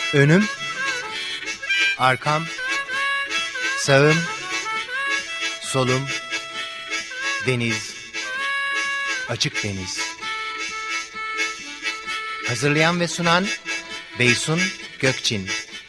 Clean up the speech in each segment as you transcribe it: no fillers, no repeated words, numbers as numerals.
Önüm, arkam, sağım, solum, deniz, açık deniz. Hazırlayan ve sunan Beysun Gökçin.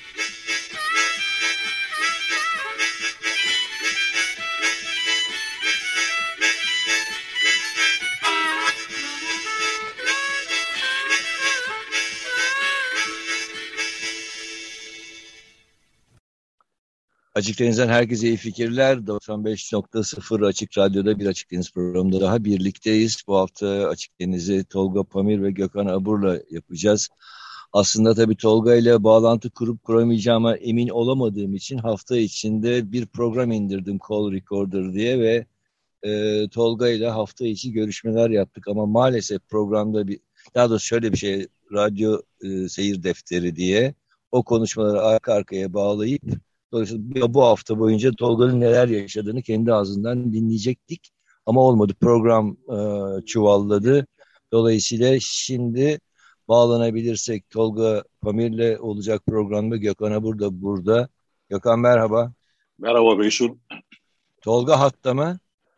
Açık Deniz'den herkese iyi fikirler. 95.0 Açık Radyo'da bir Açık Deniz programında daha birlikteyiz. Bu hafta Açık Deniz'i Tolga Pamir ve Gökhan Abur'la yapacağız. Aslında tabii Tolga ile bağlantı kurup kuramayacağıma emin olamadığım için hafta içinde bir program indirdim, Call Recorder diye, ve Tolga ile hafta içi görüşmeler yaptık. Ama maalesef programda daha doğrusu şöyle bir şey, radyo seyir defteri diye o konuşmaları arka arkaya bağlayıp dolayısıyla bu hafta boyunca Tolga'nın neler yaşadığını kendi ağzından dinleyecektik. Ama olmadı. Program çuvalladı. Dolayısıyla şimdi bağlanabilirsek Tolga Pamir'le olacak programda. Gökhan Abur da burada. Gökhan merhaba. Merhaba Beysun. Tolga hatta mı?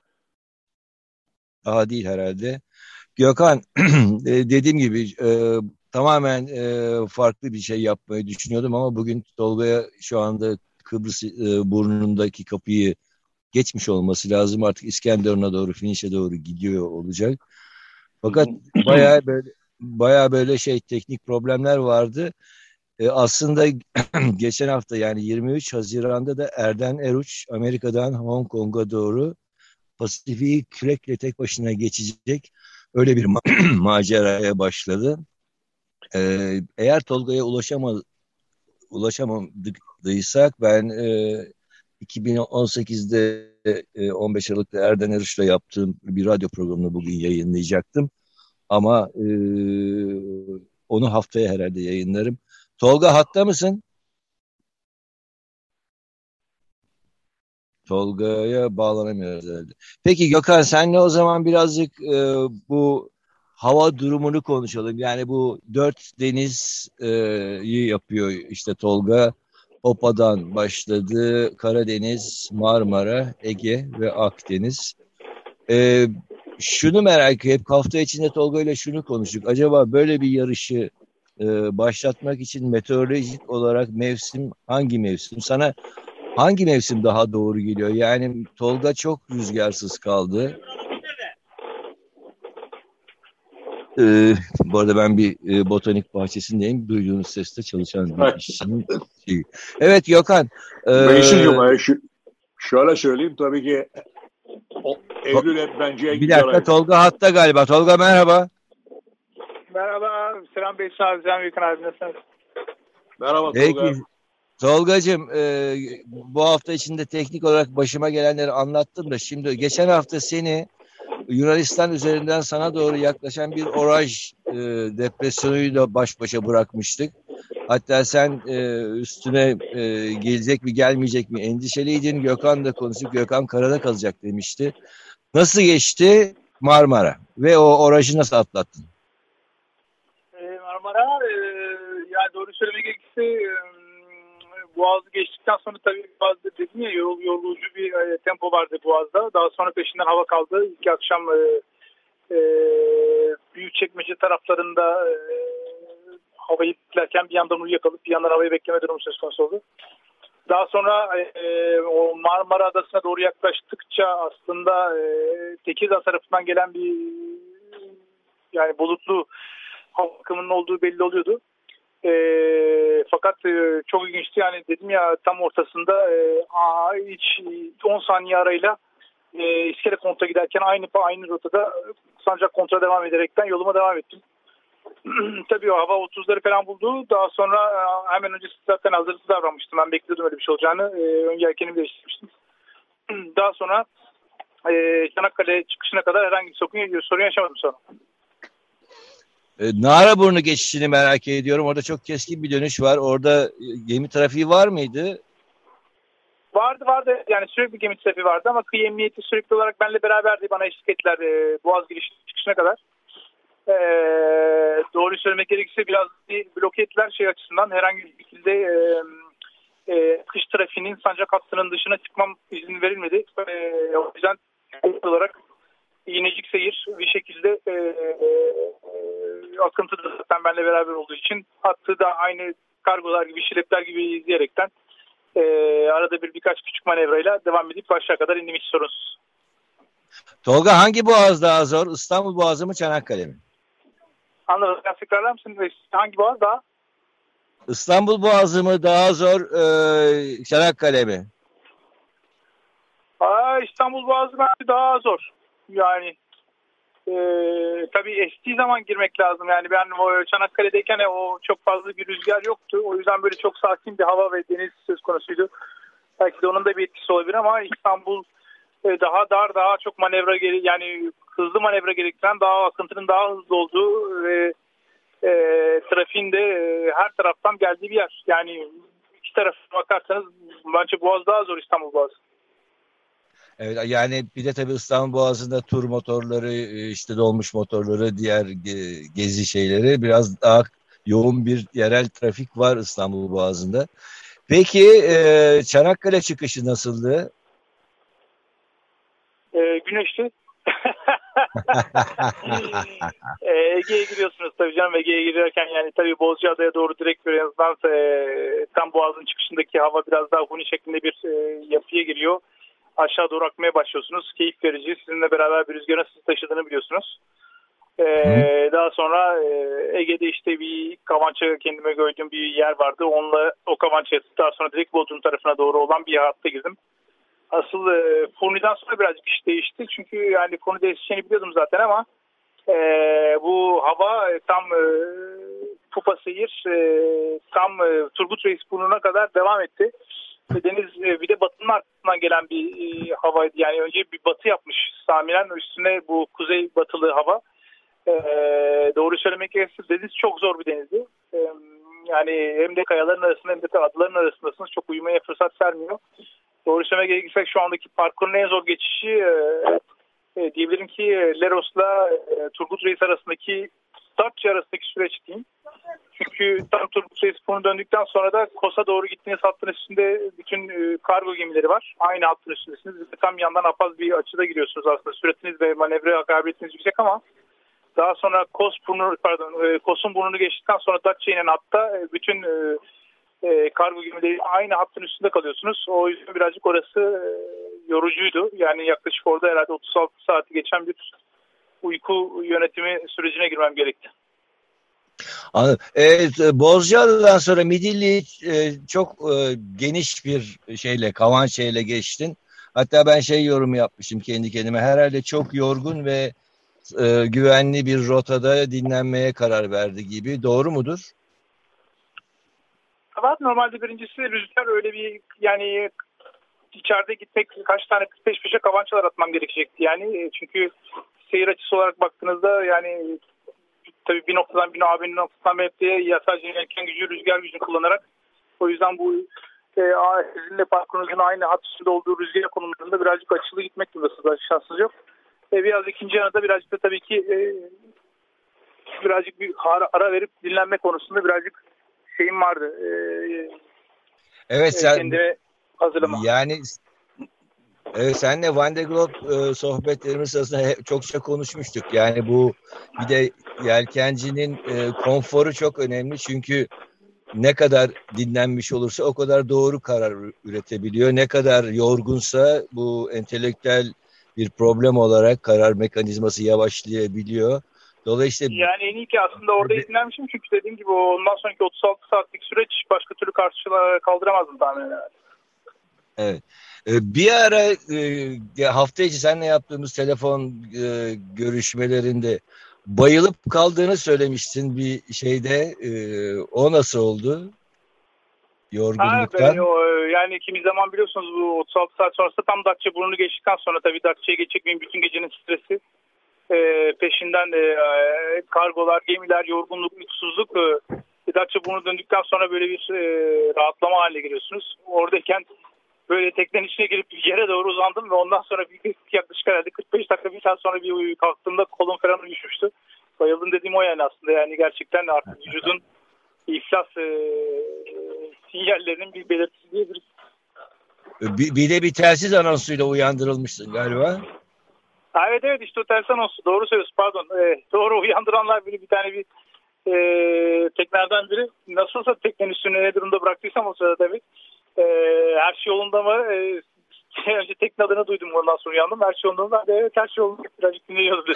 Daha değil herhalde. Gökhan, dediğim gibi tamamen farklı bir şey yapmayı düşünüyordum ama bugün Tolga'ya şu anda Kıbrıs burnundaki kapıyı geçmiş olması lazım. Artık İskenderun'a doğru, finişe doğru gidiyor olacak. Fakat bayağı böyle teknik problemler vardı. Aslında geçen hafta, yani 23 Haziran'da da Erden Eruç Amerika'dan Hong Kong'a doğru Pasifik'i kürekle tek başına geçecek öyle bir maceraya başladı. Eğer Tolga'ya ulaşamadık ben 2018'de 15 Aralık'ta Erden Eruş'la yaptığım bir radyo programını bugün yayınlayacaktım. Ama onu haftaya herhalde yayınlarım. Tolga hatta mısın? Tolga'ya bağlanamıyoruz herhalde. Peki Gökhan, senle o zaman birazcık bu hava durumunu konuşalım. Yani bu 4 denizi yapıyor işte Tolga. Opa'dan başladı. Karadeniz, Marmara, Ege ve Akdeniz. Şunu merak ediyorum. Hafta içinde Tolga ile şunu konuştuk. Acaba böyle bir yarışı başlatmak için meteorolojik olarak hangi mevsim? Sana hangi mevsim daha doğru geliyor? Yani Tolga çok rüzgarsız kaldı. Bu arada ben bir botanik bahçesindeyim. Duyduğunuz sesle çalışan bir işçinin şeyi. Evet Gökhan. Beysun'cum şöyle söyleyeyim, tabii ki Eylül bence en bir güzel dakika, ay. Tolga hatta galiba. Tolga merhaba. Merhaba. Selam Beysun abi. Selam Gökhan abi. Nasılsınız? Merhaba Peki. Tolga. Tolgacığım, bu hafta içinde teknik olarak başıma gelenleri anlattım da şimdi geçen hafta seni Yunanistan üzerinden sana doğru yaklaşan bir oraj depresyonuyla baş başa bırakmıştık. Hatta sen üstüne gelecek mi gelmeyecek mi endişeliydin. Gökhan da konuşup Gökhan karada kalacak demişti. Nasıl geçti Marmara ve o orajı nasıl atlattın? Marmara yani doğru söylemek gerekirse Boğaz'ı geçtikten sonra tabii bazı dedim ya yorulucu bir tempo vardı Boğaz'da. Daha sonra peşinden hava kaldı. İlk akşam Büyükçekmece taraflarında havayı beklerken bir yandan uyuyakalıp bir yandan havayı bekleme durumu söz konusu oldu. Daha sonra o Marmara Adası'na doğru yaklaştıkça aslında Tekirdağ tarafından gelen bir yani bulutlu hava akımının olduğu belli oluyordu. Fakat çok ilginçti, yani dedim ya tam ortasında hiç 10 saniye arayla İskele Kont'a giderken aynı rotada Sancak Kont'a devam ederekten yoluma devam ettim. Tabii o hava 30'ları falan buldu. Daha sonra hemen öncesi zaten hazırsız davranmıştım. Ben bekliyordum öyle bir şey olacağını. Ön yelkenimi değiştirmiştim. Daha sonra Çanakkale çıkışına kadar herhangi bir sorun yaşamadım sonra. Naraburnu geçişini merak ediyorum. Orada çok keskin bir dönüş var. Orada gemi trafiği var mıydı? Vardı. Yani sürekli gemi trafiği vardı ama kıyı emniyeti sürekli olarak benimle beraberdi. Bana eşlik ettiler Boğaz giriş çıkışına kadar. Doğruyu söylemek gerekirse biraz bloke ettiler şey açısından. Herhangi bir şekilde kış trafiğinin sancak hattının dışına çıkmam izin verilmedi. O yüzden olarak İğnecik seyir bir şekilde akıntı da zaten benimle beraber olduğu için hattı da aynı kargolar gibi, şilepler gibi izleyerekten arada birkaç küçük manevrayla devam edip başa kadar indim, hiç sorunsuz. Tolga, hangi boğaz daha zor? İstanbul Boğazı mı, Çanakkale mi? Anladım. Tekrarlar mısın? Hangi boğaz daha? İstanbul Boğazı mı daha zor, Çanakkale mi? İstanbul Boğazı bence daha zor. Yani tabii estiği zaman girmek lazım. Yani ben o Çanakkale'deyken o çok fazla bir rüzgar yoktu. O yüzden böyle çok sakin bir hava ve deniz söz konusuydu. Belki de onun da bir etkisi olabilir ama İstanbul daha dar, daha çok manevra yani hızlı manevra gerektiren, daha akıntının daha hızlı olduğu ve trafiğin de her taraftan geldiği bir yer. Yani iki tarafına bakarsanız bence Boğaz daha zor, İstanbul Boğazı. Evet, yani bir de tabii İstanbul Boğazı'nda tur motorları, işte dolmuş motorları, diğer gezi şeyleri, biraz daha yoğun bir yerel trafik var İstanbul Boğazı'nda. Peki Çanakkale çıkışı nasıldı? Güneşli. Ege'ye giriyorsunuz tabii canım. Ege'ye girerken yani tabii Bozcaada'ya doğru direkt bir yandan tam Boğaz'ın çıkışındaki hava biraz daha huni şeklinde bir yapıya giriyor. Aşağı doğru akmaya başlıyorsunuz. Keyif verici. Sizinle beraber bir rüzgarın sizi taşıdığını biliyorsunuz. Daha sonra Ege'de işte bir Kavança kendime gördüğüm bir yer vardı. Onunla o Kavança'ya daha sonra direkt Bodrum tarafına doğru olan bir hatta girdim. Asıl Furni'den sonra birazcık iş değişti. Çünkü yani Furni'de eseceğini biliyordum zaten ama bu hava tam Pupa Seyir tam Turgut Reis burnuna kadar devam etti. Deniz bir de batının arkasından gelen bir havaydı. Yani önce bir batı yapmış Samiren, üstüne bu kuzey batılı hava. Doğru söylemek gerekirse deniz çok zor bir denizdi. Yani hem de kayaların arasında hem de adaların arasındasınız. Çok uyumaya fırsat vermiyor. Doğru söylemek gerekirse şu andaki parkurun en zor geçişi diyebilirim ki Leros'la Turgut Reis arasındaki Datça arasındaki süreç diyeyim. Çünkü tam Turgut Reis bunu döndükten sonra da Kos'a doğru gittiğiniz hattın üstünde bütün kargo gemileri var. Aynı hattın üstündesiniz. Tam yandan apaz bir açıda giriyorsunuz aslında. Süratiniz ve manevra kabiliyetiniz yüksek ama daha sonra Kos'un burnunu geçtikten sonra Datça'ya inen hatta bütün kargo gemileri aynı hattın üstünde kalıyorsunuz. O yüzden birazcık orası yorucuydu. Yani yaklaşık orada herhalde 36 saati geçen bir uyku yönetimi sürecine girmem gerekti. Anladım. Bozcaada'dan sonra Midilli çok geniş bir şeyle, Kavança'yla geçtin. Hatta ben yorum yapmışım kendi kendime. Herhalde çok yorgun ve güvenli bir rotada dinlenmeye karar verdi gibi. Doğru mudur? Evet, normalde birincisi rüzgar öyle bir yani içeride gitmek kaç tane peş peşe kavançalar atmam gerekecekti. Yani çünkü seyir açısı olarak baktığınızda yani tabii bir noktadan bir noktadan ya sadece yelken gücü, rüzgar gücünü kullanarak o yüzden bu sizinle parkurunuzun aynı hat üstünde olduğu rüzgar konumlarında birazcık açılı gitmek gibi şanssız yok. Biraz ikinci yanında birazcık da tabii ki birazcık bir ara verip dinlenme konusunda birazcık şeyim vardı. Evet, sen kendime hazırlama. Yani senle Van de Globe sohbetlerimiz sırasında çokça konuşmuştuk. Yani bu bir de yelkencinin konforu çok önemli. Çünkü ne kadar dinlenmiş olursa o kadar doğru karar üretebiliyor. Ne kadar yorgunsa bu entelektüel bir problem olarak karar mekanizması yavaşlayabiliyor. Dolayısıyla yani en iyi ki aslında orada dinlenmişim çünkü dediğim gibi ondan sonraki 36 saatlik süreç başka türlü kaldıramazdım tahmin ederim. Evet. Bir ara hafta içi seninle yaptığımız telefon görüşmelerinde bayılıp kaldığını söylemiştin bir şeyde. O nasıl oldu? Yorgunluktan. Yani kimi zaman biliyorsunuz bu 36 saat sonrasında tam Datça burnunu geçtikten sonra tabii Datça'ya geçecek benim bütün gecenin stresi. Peşinden kargolar, gemiler, yorgunluk, uykusuzluk. Datça burnu döndükten sonra böyle bir rahatlama haline giriyorsunuz. Oradayken böyle teknenin içine girip yere doğru uzandım ve ondan sonra yaklaşık herhalde 45 dakika bir saat sonra bir kalktığımda kolum falan uyuşmuştu. Bayıldım dediğim o yani aslında. Yani gerçekten artık vücudun iflas sinyallerinin bir belirtisi diyebiliriz. Bir de bir telsiz anonsuyla uyandırılmışsın galiba. Evet işte o telsiz anonsu. Doğru söylüyorsun, pardon. Doğru, uyandıranlar bir tane bir teknelerden biri. Nasılsa teknenin üstüne ne durumda bıraktıysam o sırada tabii. Her şey yolunda mı? Önce tekne adını duydum, ondan sonra uyandım. Her şey yolunda mı? Evet, her şey yolunda. Birazcık dinliyoruz.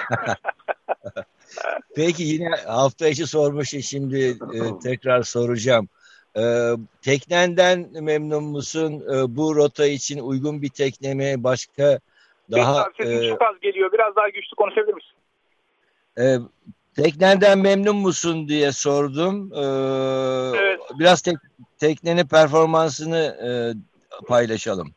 Peki yine hafta içi sormuşum, şimdi tekrar soracağım. Teknenden memnun musun? Bu rota için uygun bir tekne mi? Başka daha... Sesin çok az geliyor. Biraz daha güçlü konuşabilir misin? Teknenden memnun musun diye sordum. Evet. Biraz teknenin performansını paylaşalım.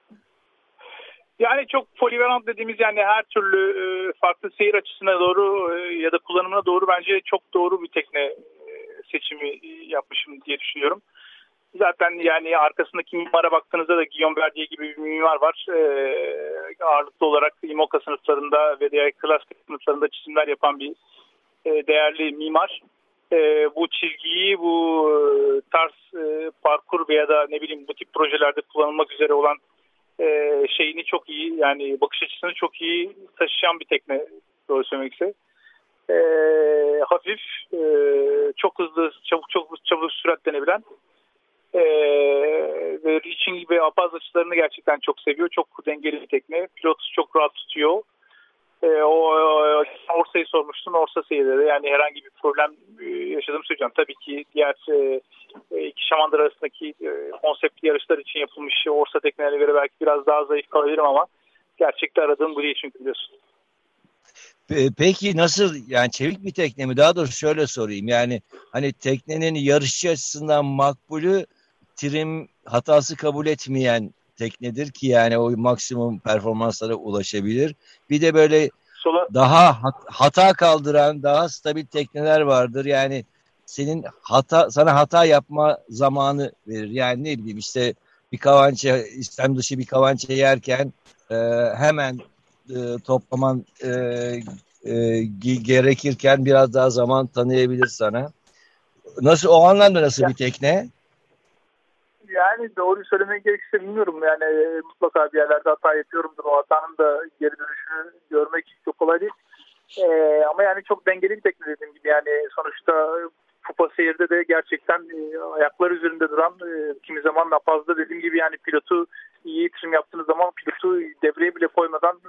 Yani çok polivalent dediğimiz, yani her türlü farklı seyir açısına doğru ya da kullanımına doğru bence çok doğru bir tekne seçimi yapmışım diye düşünüyorum. Zaten yani arkasındaki mimara baktığınızda da Guillaume Verdier gibi bir mimar var. Ağırlıklı olarak IMOCA sınıflarında ve diğer klas sınıflarında çizimler yapan bir değerli mimar. Bu çizgiyi, bu tarz parkur veya da ne bileyim bu tip projelerde kullanılmak üzere olan şeyini çok iyi, yani bakış açısını çok iyi taşıyan bir tekne, doğru söylemekse. Hafif, çok hızlı, çabuk süratlenebilen ve reaching ve apaz açılarını gerçekten çok seviyor. Çok dengeli bir tekne. Pilot çok rahat tutuyor. Orsa'yı sormuştun. Orsa seyirleri, yani herhangi bir problem yaşadığımı söyleyeceğim. Tabii ki diğer iki şamandır arasındaki konseptli yarışlar için yapılmış Orsa teknelerine göre belki biraz daha zayıf kalabilirim ama gerçekte aradığım bu değil çünkü, biliyorsun. Peki nasıl, yani çevik bir tekne mi? Daha doğrusu şöyle sorayım, yani hani teknenin yarışçı açısından makbulü, trim hatası kabul etmeyen teknedir ki yani o maksimum performanslara ulaşabilir. Bir de böyle daha hata kaldıran, daha stabil tekneler vardır. Yani sana hata yapma zamanı verir. Yani ne bileyim işte bir kavança, istem dışı bir kavança yerken hemen toplaman gerekirken biraz daha zaman tanıyabilir sana. Nasıl, o anlamda nasıl bir tekne? Yani doğru söylemek gerekirse bilmiyorum. Yani mutlaka bir yerlerde hata yapıyorumdur. O hatanın da geri dönüşünü görmek çok kolay değil. Ama yani çok dengeli bir tekne dediğim gibi. Yani sonuçta Kupa Seyir'de de gerçekten ayaklar üzerinde duran, kimi zaman da fazla dediğim gibi, yani pilotu iyi trim yaptığınız zaman pilotu devreye bile koymadan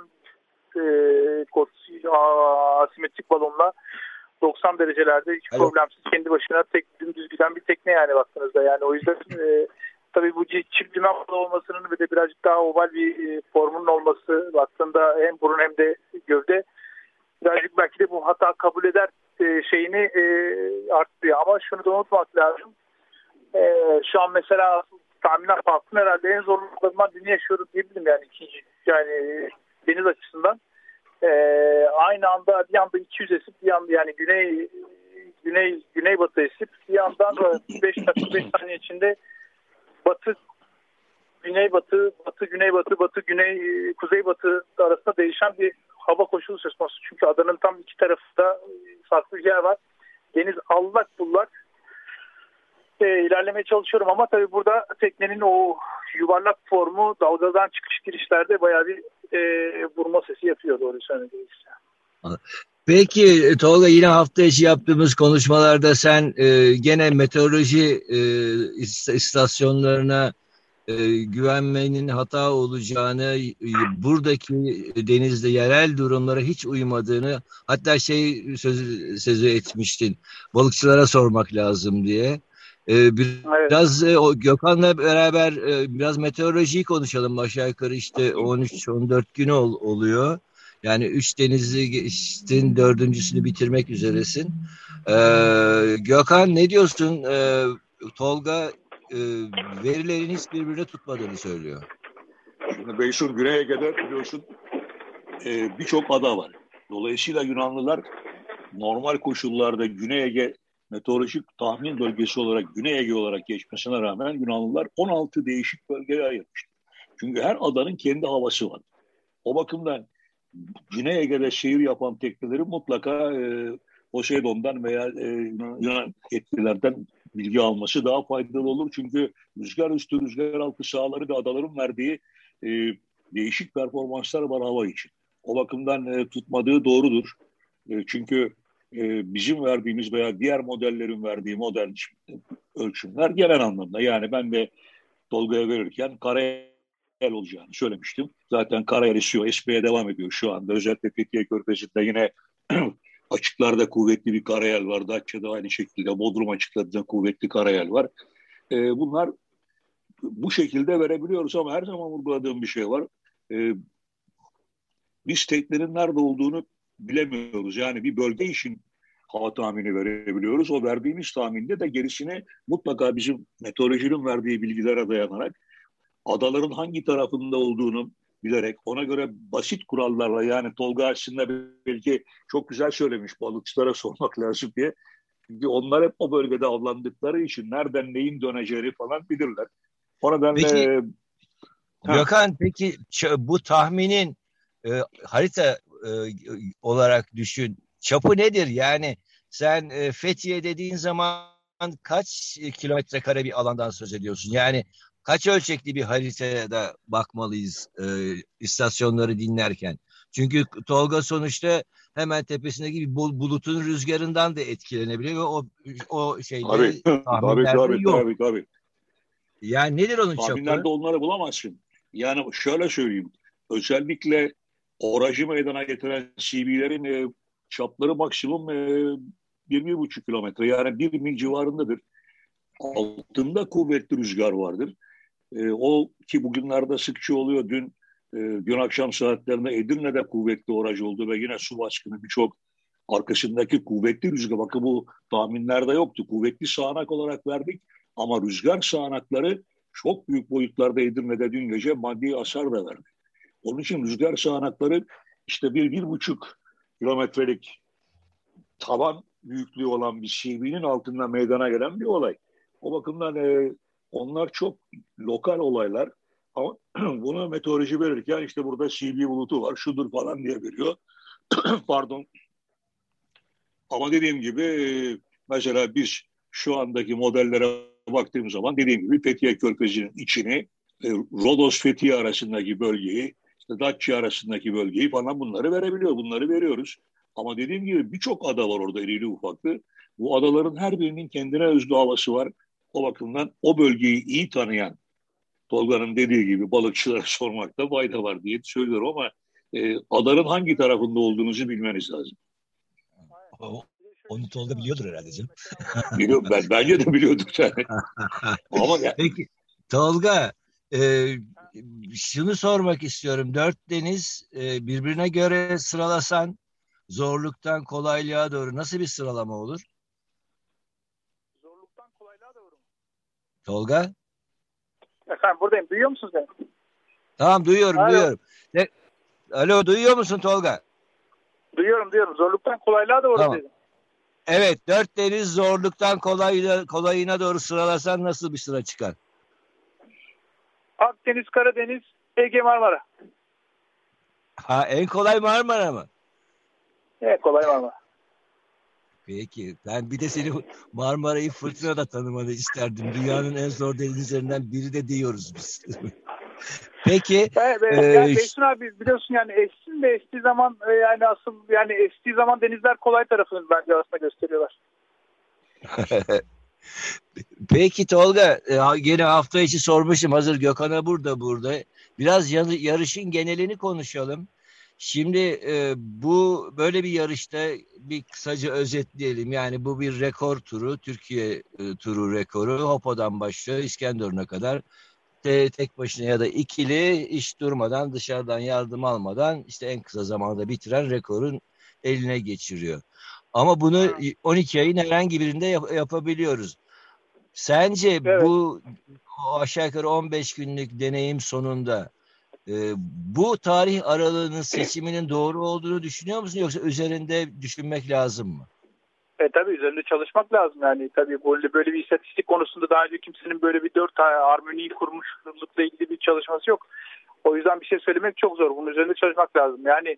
asimetrik balonla 90 derecelerde hiç problemsiz kendi başına dümdüz giden bir tekne yani baktığınızda. Yani o yüzden tabii bu çift dümen olmasının ve de birazcık daha oval bir formunun olması baktığında hem burun hem de gövde birazcık belki de bu hata kabul eder şeyini arttırıyor. Ama şunu da unutmak lazım. Şu an mesela tahminen farklı, herhalde en zorluklarından birini yaşıyoruz diyebilirim yani ikinci. Yani deniz açısından. Aynı anda bir anda 200 esip bir anda yani güneybatı esip bir yandan 5 saniye içinde batı güneybatı, batı güneybatı, batı güney kuzeybatı arasında değişen bir hava koşulu söz konusu. Çünkü adanın tam iki tarafında farklı bir yer var. Deniz allak bullak ilerlemeye çalışıyorum ama tabii burada teknenin o yuvarlak formu dalgadan çıkış girişlerde bayağı bir vurma sesi yapıyor, doğru söylediğiniz. Peki Tolga, yine hafta içi yaptığımız konuşmalarda sen gene meteoroloji istasyonlarına güvenmenin hata olacağını, buradaki denizde yerel durumlara hiç uymadığını, hatta sözü etmiştin, balıkçılara sormak lazım diye. Biraz Gökhan'la beraber biraz meteorolojiyi konuşalım. Aşağı yukarı işte 13-14 gün oluyor. Yani 3 denizi geçtin, 4.'sünü bitirmek üzeresin. Gökhan, ne diyorsun? Tolga verilerin hiç birbirine tutmadığını söylüyor. Şimdi Beysun, Güney Ege'de biliyorsun birçok ada var. Dolayısıyla Yunanlılar normal koşullarda Güney Ege meteorolojik tahmin bölgesi olarak Güney Ege olarak geçmesine rağmen Yunanlılar 16 değişik bölgeye ayırmıştır. Çünkü her adanın kendi havası var. O bakımdan Güney Ege'de seyir yapan teknelerin mutlaka Poseidon'dan veya Yunan yetkililerden bilgi alması daha faydalı olur. Çünkü rüzgar üstü, rüzgar altı sahaları ve adaların verdiği değişik performanslar var hava için. O bakımdan tutmadığı doğrudur. Çünkü bizim verdiğimiz veya diğer modellerin verdiği model ölçümler genel anlamda. Yani ben de Tolga'ya verirken karayel olacağını söylemiştim. Zaten karayel esiyor, esmeye devam ediyor şu anda. Özellikle Fethiye Körfezi'nde yine açıklarda kuvvetli bir karayel var. Datça'da aynı şekilde, Bodrum açıklarında kuvvetli karayel var. Bunlar bu şekilde verebiliyoruz ama her zaman vurguladığım bir şey var. Biz teknenin nerede olduğunu bilemiyoruz. Yani bir bölge için hava tahmini verebiliyoruz. O verdiğimiz tahminde de gerisini mutlaka bizim meteorolojinin verdiği bilgilere dayanarak adaların hangi tarafında olduğunu bilerek ona göre basit kurallarla, yani Tolga aslında belki çok güzel söylemiş, balıkçılara sormak lazım diye. Çünkü onlar hep o bölgede avlandıkları için nereden neyin döneceğini falan bilirler. O nedenle Gökhan, peki bu tahminin harita olarak düşün. Çapı nedir? Yani sen Fethiye dediğin zaman kaç kilometre kare bir alandan söz ediyorsun? Yani kaç ölçekli bir haritada bakmalıyız istasyonları dinlerken? Çünkü Tolga sonuçta hemen tepesindeki bir bulutun rüzgarından da etkilenebiliyor ve o şeyleri tahminlerde yok. Tabii. Yani nedir onun çapı? Tahminlerde onları bulamazsın. Yani şöyle söyleyeyim. Özellikle orajı meydana getiren CB'lerin çapları maksimum 1,5 kilometre. Yani 1 mil civarındadır. Altında kuvvetli rüzgar vardır. O ki bugünlerde sıkça oluyor. Dün akşam saatlerinde Edirne'de kuvvetli oraj oldu ve yine su baskını, birçok arkasındaki kuvvetli rüzgar. Bakın bu tahminlerde yoktu. Kuvvetli sağanak olarak verdik ama rüzgar sağanakları çok büyük boyutlarda Edirne'de dün gece maddi hasar da verdi. Onun için rüzgar sağanakları işte 1,5 kilometrelik taban büyüklüğü olan bir CB'nin altında meydana gelen bir olay. O bakımdan onlar çok lokal olaylar. Ama bunu meteoroloji verirken işte burada CB bulutu var, şudur falan diye veriyor. Pardon. Ama dediğim gibi mesela biz şu andaki modellere baktığımız zaman dediğim gibi Fethiye Körfezi'nin içini, Rodos Fethiye arasındaki bölgeyi, işte Datça arasındaki bölgeyi falan bunları verebiliyor. Bunları veriyoruz. Ama dediğim gibi birçok ada var orada, irili ufaklı. Bu adaların her birinin kendine özgü havası var. O bakımdan o bölgeyi iyi tanıyan, Tolga'nın dediği gibi balıkçılara sormakta fayda var diye söylüyorum ama adanın hangi tarafında olduğunuzu bilmeniz lazım. Onu Tolga biliyordur herhalde canım. Bence de biliyordur yani. Ama Peki Tolga, şunu sormak istiyorum. 4 deniz birbirine göre sıralasan zorluktan kolaylığa doğru nasıl bir sıralama olur? Zorluktan kolaylığa doğru mu? Tolga? Efendim buradayım. Duyuyor musunuz beni? Tamam, duyuyorum. Alo. Duyuyorum. Alo, duyuyor musun Tolga? Duyuyorum. Zorluktan kolaylığa doğru tamam. dedim. Evet, 4 deniz zorluktan kolayına doğru sıralasan nasıl bir sıra çıkar? Akdeniz, Karadeniz, Ege, Marmara. En kolay Marmara mı? Evet, kolay Marmara. Peki. Ben bir de seni Marmara'yı fırtınada tanımanı isterdim. Dünyanın en zor denizlerinden biri de diyoruz biz. Peki. Yani Beysun abi biliyorsun yani essin de estiği zaman yani asıl yani estiği zaman denizler kolay tarafını bence aslında gösteriyorlar. Peki Tolga, yine hafta içi sormuşum, hazır Gökhan'a burada. Biraz yarışın genelini konuşalım. Şimdi bu böyle bir yarışta bir kısaca özetleyelim. Yani bu bir rekor turu, Türkiye turu rekoru. Hopo'dan başlıyor İskenderun'a kadar. Tek başına ya da ikili, hiç durmadan, dışarıdan yardım almadan işte en kısa zamanda bitiren rekorun eline geçiriyor. Ama bunu 12 ayın herhangi birinde yapabiliyoruz. Sence evet, bu aşağı yukarı 15 günlük deneyim sonunda bu tarih aralığının seçiminin doğru olduğunu düşünüyor musun, yoksa üzerinde düşünmek lazım mı? Tabii üzerinde çalışmak lazım yani. Tabii böyle bir istatistik konusunda daha önce kimsenin böyle bir 4 tane harmoniyi kurmuşlukla ilgili bir çalışması yok. O yüzden bir şey söylemek çok zor. Bunun üzerinde çalışmak lazım. Yani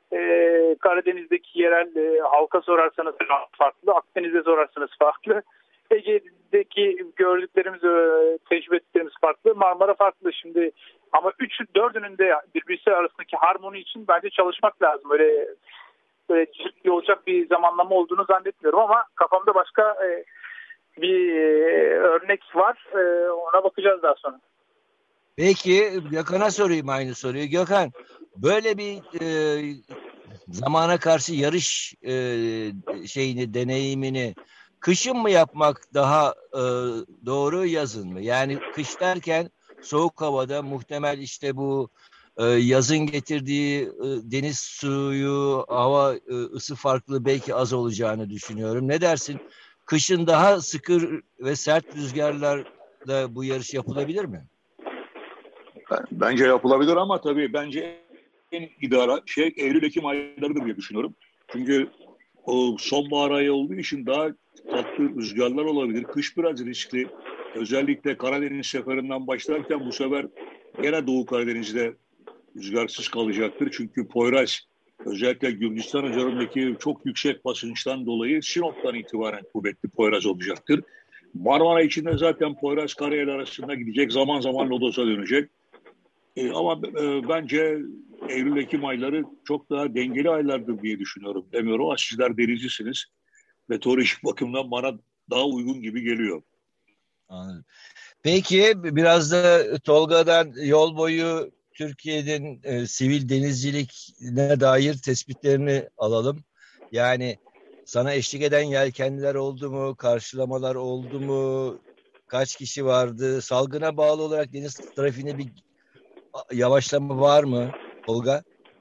Karadeniz'deki yerel halka sorarsanız farklı, Akdeniz'de sorarsanız farklı. Ege'deki gördüklerimiz, tecrübe ettiklerimiz farklı, Marmara farklı şimdi. Ama dördünün de birbirisi arasındaki harmoni için bence çalışmak lazım. Böyle ciddi olacak bir zamanlama olduğunu zannetmiyorum ama kafamda başka bir örnek var. Ona bakacağız daha sonra. Peki Gökhan'a sorayım aynı soruyu. Gökhan, böyle bir zamana karşı yarış deneyimini kışın mı yapmak daha doğru, yazın mı? Yani kış derken soğuk havada muhtemel işte bu yazın getirdiği deniz suyu, hava ısı farklılığı belki az olacağını düşünüyorum. Ne dersin? Kışın daha sıkı ve sert rüzgarlarla bu yarış yapılabilir mi? Bence yapılabilir ama tabii bence en ideal Eylül-Ekim aylarıdır diye düşünüyorum. Çünkü o sonbahar ayı olduğu için daha tatlı rüzgarlar olabilir. Kış biraz riskli. Özellikle Karadeniz seferinden başlarken bu sefer gene Doğu Karadeniz'de rüzgarsız kalacaktır. Çünkü Poyraz özellikle Gürcistan üzerindeki çok yüksek basınçtan dolayı Sinop'tan itibaren kuvvetli Poyraz olacaktır. Marmara içinde zaten Poyraz Karayel arasında gidecek. Zaman zaman Lodos'a dönecek. Ama bence Eylül-Ekim ayları çok daha dengeli aylardır diye düşünüyorum. Demiyorum ama sizler denizcisiniz. Meteorolojik bakımdan bana daha uygun gibi geliyor. Anladım. Peki biraz da Tolga'dan yol boyu Türkiye'nin sivil denizcilikine dair tespitlerini alalım. Yani sana eşlik eden yelkenliler oldu mu? Karşılamalar oldu mu? Kaç kişi vardı? Salgına bağlı olarak deniz trafiğinde bir yavaşlama var mı Tolga?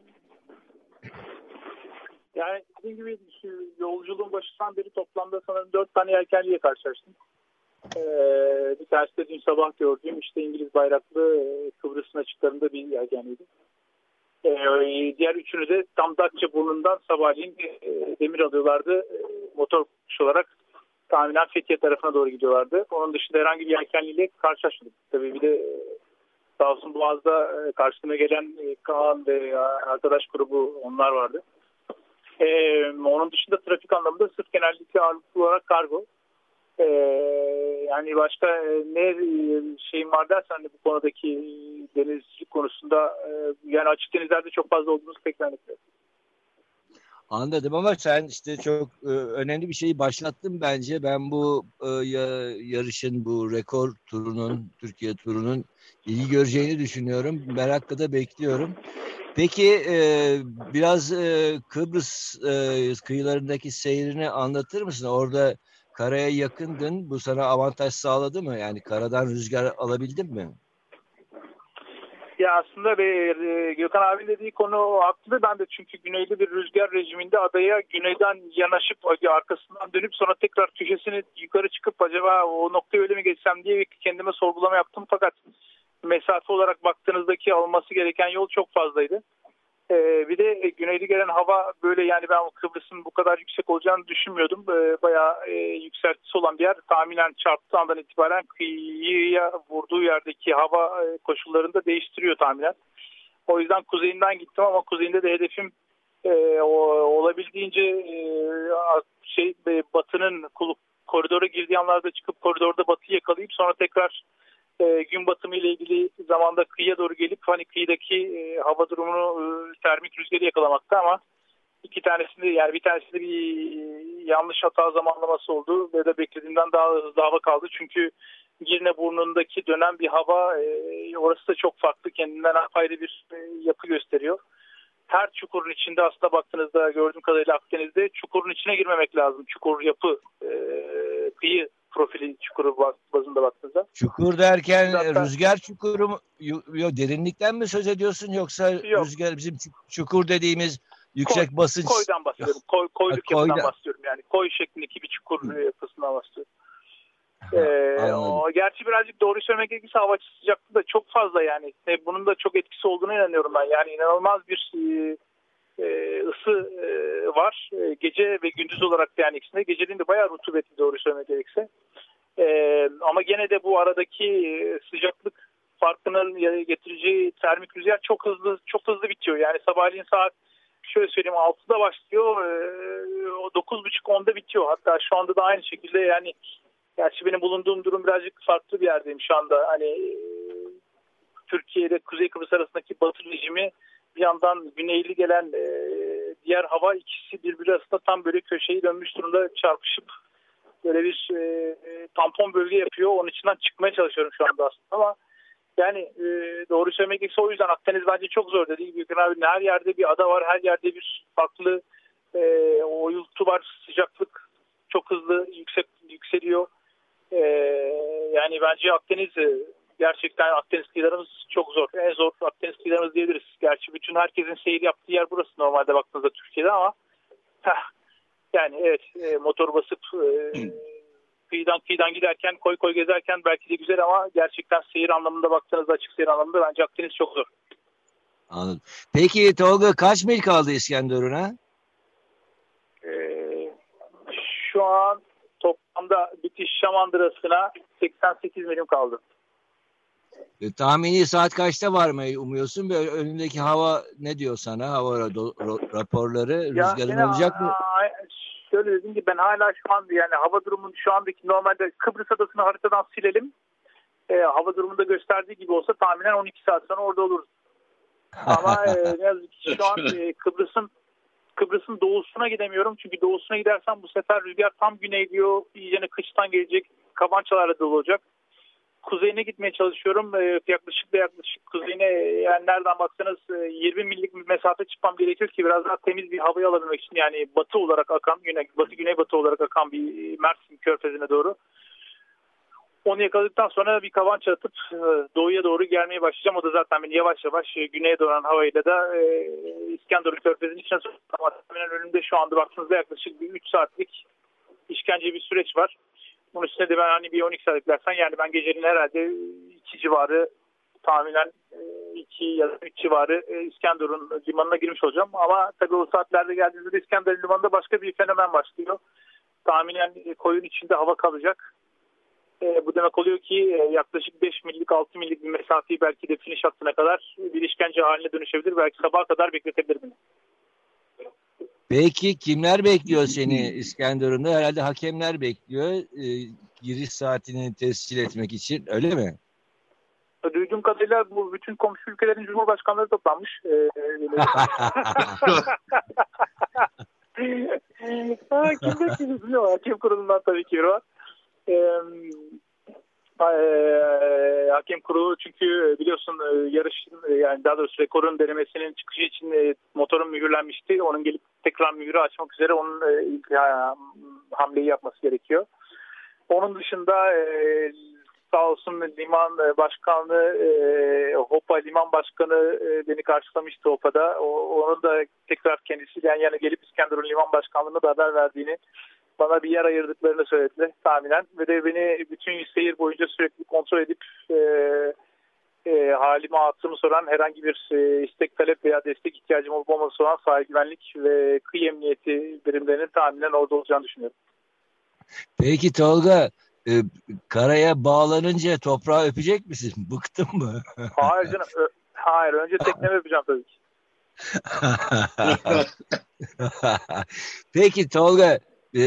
Yani dediğim gibi yolculuğun başından beri toplamda sanırım 4 tane yelkenliyle karşılaştım. Bir tanesi de dün sabah gördüğüm işte İngiliz bayraklı Kıbrıs'ın açıklarında bir yelkenliydi. Diğer üçünü de tam Datçaburnu'ndan sabahleyin demir alıyorlardı. Motor kuş olarak tahminen Fethiye tarafına doğru gidiyorlardı. Onun dışında herhangi bir yelkenliyle karşılaşmadık. Tabii bir de sağ olsun Boğaz'da karşısına gelen Kaan ve arkadaş grubu onlar vardı. Onun dışında trafik anlamında sırf genellikle ağırlıklı olarak kargo. Yani başka ne şeyim var dersen hani bu konudaki denizcilik konusunda yani açık denizlerde çok fazla olduğumuz pek zannetmiyorum. Anladım ama sen işte çok önemli bir şeyi başlattın bence. Ben bu yarışın, bu rekor turunun, Türkiye turunun ilgi göreceğini düşünüyorum. Merakla da bekliyorum. Peki biraz Kıbrıs kıyılarındaki seyrini anlatır mısın? Orada karaya yakındın. Bu sana avantaj sağladı mı? Yani karadan rüzgar alabildin mi? Ya aslında Gökhan abinin dediği konu haklı. Ben de çünkü güneyli bir rüzgar rejiminde adaya güneyden yanaşıp arkasından dönüp sonra tekrar köşesini yukarı çıkıp acaba o noktaya öyle mi geçsem diye kendime sorgulama yaptım. Fakat mesafe olarak baktığınızdaki alınması gereken yol çok fazlaydı. Bir de güneyli gelen hava böyle yani ben Kıbrıs'ın bu kadar yüksek olacağını düşünmüyordum. Bayağı yükseltisi olan bir yer. Tahminen çarptığı andan itibaren kıyıya vurduğu yerdeki hava koşullarını da değiştiriyor tahminen. O yüzden kuzeyinden gittim ama kuzeyinde de hedefim olabildiğince batının koridora girdiği anlarda çıkıp koridorda batıyı yakalayıp sonra tekrar gün batımı ile ilgili zamanda kıyıya doğru gelip hani kıyıdaki hava durumunu termik rüzgarı yakalamakta ama iki tanesinde yani bir tanesinde bir yanlış hata zamanlaması oldu ve de beklediğimden daha hızlı hava kaldı. Çünkü Girne burnundaki dönen bir hava orası da çok farklı kendinden apayrı bir yapı gösteriyor. Her çukurun içinde aslında baktığınızda gördüğüm kadarıyla Akdeniz'de çukurun içine girmemek lazım. Çukur yapı kıyı profili çukuru bazında baktığınızda. Çukur derken zaten, rüzgar çukuru mu? Derinlikten mi söz ediyorsun yoksa yok, rüzgar bizim çukur dediğimiz yüksek basınç? Koydan bahsediyorum. Koyluk yapıdan bahsediyorum. Yani koy şeklindeki bir çukur yapısından bahsediyorum. Gerçi birazcık doğru söylemek gerekirse hava sıcaklığı da çok fazla yani. Bunun da çok etkisi olduğuna inanıyorum ben. Yani inanılmaz bir ısı var. Gece ve gündüz olarak da yani ikisinde. Geceliğin de bayağı rutubetli doğru söylemek gerekirse. Ama gene de bu aradaki sıcaklık farkının getireceği termik rüzgar çok hızlı bitiyor. Yani sabahleyin saat şöyle söyleyeyim 6'da başlıyor, 9.30-10'da bitiyor. Hatta şu anda da aynı şekilde yani gerçi benim bulunduğum durum birazcık farklı bir yerdeyim şu anda. Hani Türkiye ile Kuzey Kıbrıs arasındaki batı rejimi bir yandan güneyli gelen diğer hava ikisi birbiri arasında tam böyle köşeyi dönmüş durumda çarpışıp böyle bir tampon bölge yapıyor. Onun içinden çıkmaya çalışıyorum şu anda aslında ama yani doğru söylemek gerekirse o yüzden Akdeniz bence çok zor dediği gibi Gökhan abi. Her yerde bir ada var, her yerde bir farklı oyultu var, sıcaklık çok hızlı yükseliyor. Yani bence Akdeniz gerçekten Akdeniz kıyılarımız çok zor. En zor Akdeniz kıyılarımız diyebiliriz. Gerçi bütün herkesin seyir yaptığı yer burası normalde baktığınızda Türkiye'de ama yani evet motor basıp kıyıdan giderken koy gezerken belki de güzel ama gerçekten seyir anlamında baktığınızda açık seyir anlamında bence Akdeniz çok zor. Anladım. Peki Tolga kaç mil kaldı İskenderun'a? Şu an toplamda bitiş Şamandırası'na 88 milim kaldı. Tahmini saat kaçta varmayı umuyorsun ve önündeki hava ne diyor sana? Hava raporları, rüzgarın olacak mı? Şöyle dedim ki ben hala şu an yani hava durumunu şu andaki normalde Kıbrıs adasını haritadan silelim. Hava durumunda gösterdiği gibi olsa tahminen 12 saat sonra orada oluruz. Ama ne yazık ki şu an Kıbrıs'ın doğusuna gidemiyorum. Çünkü doğusuna gidersem bu sefer rüzgar tam güney diyor. İyicene kıştan gelecek. Kabançalarla dolu olacak. Kuzeyine gitmeye çalışıyorum. Yaklaşık kuzeyine yani nereden baksanız 20 millik bir mesafe çıkmam gerekiyor ki biraz daha temiz bir havayı alabilmek için. Yani batı olarak akan, güneybatı olarak akan bir Mersin Körfezi'ne doğru. Onu yakaladıktan sonra bir kavança atıp doğuya doğru gelmeye başlayacağım. O da zaten beni yavaş yavaş güneye doğru havayla da İskenderun Körfezi'nin içine sokacağım. Önümde şu anda baktığınızda yaklaşık bir 3 saatlik işkence bir süreç var. Bunun üstüne de ben hani bir 12 saat eklersen yani ben gecenin herhalde 2 civarı tahminen 2 ya da 3 civarı İskenderun limanına girmiş olacağım. Ama tabii o saatlerde geldiğimizde İskenderun limanında başka bir fenomen başlıyor. Tahminen koyun içinde hava kalacak. Bu demek oluyor ki yaklaşık 5 millik 6 millik bir mesafeyi belki de finish hattına kadar bir işkence haline dönüşebilir. Belki sabaha kadar bekletebilir beni. Peki kimler bekliyor seni İskenderun'da? Herhalde hakemler bekliyor giriş saatini tescil etmek için öyle mi? Duyduğum kadarıyla bu bütün komşu ülkelerin cumhurbaşkanları toplanmış. Kim bekliyor bilmiyorum. Hakem kurulundan tabii ki var. Hakem kurulu çünkü biliyorsun yarışın yani daha doğrusu rekorun denemesinin çıkışı için motorun mühürlenmişti. Onun gelip tekrar mühürü açmak üzere onun hamleyi yapması gerekiyor. Onun dışında sağ olsun liman başkanlığı Hopa liman başkanı beni karşılamıştı Hopa'da. Onun da tekrar kendisi yan yana gelip İskenderun liman başkanlığına da haber verdiğini bana bir yer ayırdıklarını söylediler tahminen. Ve de beni bütün seyir boyunca sürekli kontrol edip halime attığımı soran herhangi bir istek talep veya destek ihtiyacım olup olmaması olan sahil güvenlik ve kıyı emniyeti birimlerinin tahminen orada olacağını düşünüyorum. Peki Tolga karaya bağlanınca toprağı öpecek misin? Bıktın mı? Hayır canım. Hayır. Önce teknemi öpeceğim tabii ki. Peki Tolga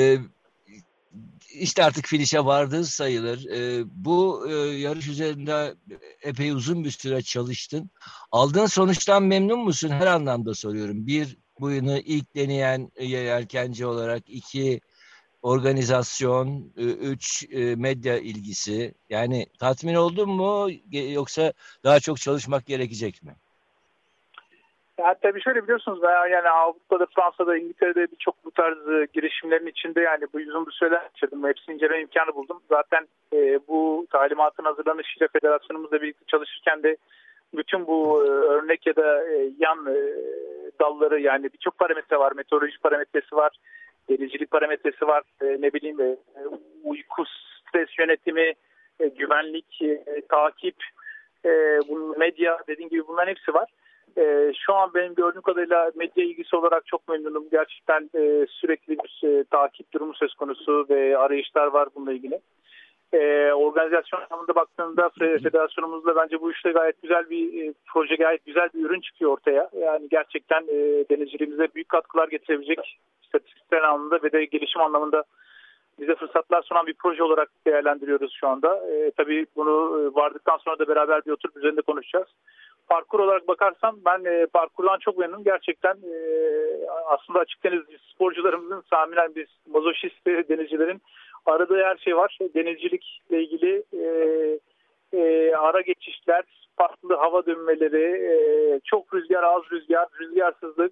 işte artık finişe vardın sayılır. Bu yarış üzerinde epey uzun bir süre çalıştın. Aldığın sonuçtan memnun musun? Her anlamda soruyorum. Bir, bunu ilk deneyen yelkenci olarak. İki, organizasyon. Üç, medya ilgisi. Yani tatmin oldun mu? Yoksa daha çok çalışmak gerekecek mi? Yani tabii şöyle biliyorsunuz yani Avrupa'da, Fransa'da, İngiltere'de birçok bu tarz girişimlerin içinde yani bu uzun bir süreler geçirdim. Hepsini inceleme imkanı buldum. Zaten bu talimatın hazırlanışıyla federasyonumuzla birlikte çalışırken de bütün bu örnek ya da yan dalları yani birçok parametre var. Meteoroloji parametresi var, denizcilik parametresi var, uyku, stres yönetimi, güvenlik, takip, medya dediğim gibi bunların hepsi var. Şu an benim gördüğüm kadarıyla medya ilgisi olarak çok memnunum. Gerçekten sürekli bir takip durumu söz konusu ve arayışlar var bununla ilgili. Organizasyon anlamında baktığında federasyonumuzda bence bu işte gayet güzel bir proje, gayet güzel bir ürün çıkıyor ortaya. Yani gerçekten denizciliğimize büyük katkılar getirebilecek istatistikler anlamında ve de gelişim anlamında bize fırsatlar sunan bir proje olarak değerlendiriyoruz şu anda. Tabii bunu vardıktan sonra da beraber bir oturup üzerinde konuşacağız. Parkur olarak bakarsam ben parkurdan çok memnunum. Gerçekten aslında açık deniz sporcularımızın, samilen biz mazoşist denizcilerin aradığı her şey var. Denizcilikle ilgili ara geçişler, farklı hava dönmeleri, çok rüzgar, az rüzgar, rüzgarsızlık,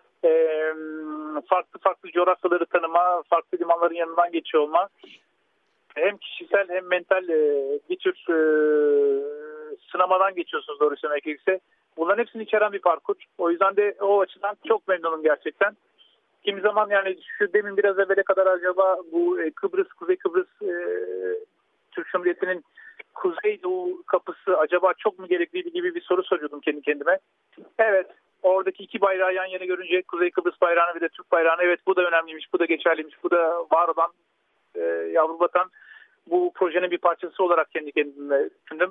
farklı coğrafyaları tanıma, farklı limanların yanından geçiyor olma. Hem kişisel hem mental bir tür sınamadan geçiyorsunuz doğru söylemek gerekirse. Bunların hepsini içeren bir parkur. O yüzden de o açıdan çok memnunum gerçekten. Kimi zaman yani şu demin biraz evvele kadar acaba bu Kıbrıs, Kuzey Kıbrıs Türk Cumhuriyeti'nin Kuzeydoğu kapısı acaba çok mu gerekliydi gibi bir soru soruyordum kendi kendime. Evet, oradaki iki bayrağı yan yana görünce Kuzey Kıbrıs bayrağını ve de Türk bayrağını, evet bu da önemliymiş, bu da geçerliymiş, bu da var olan yavru vatan, bu projenin bir parçası olarak kendi kendime düşündüm.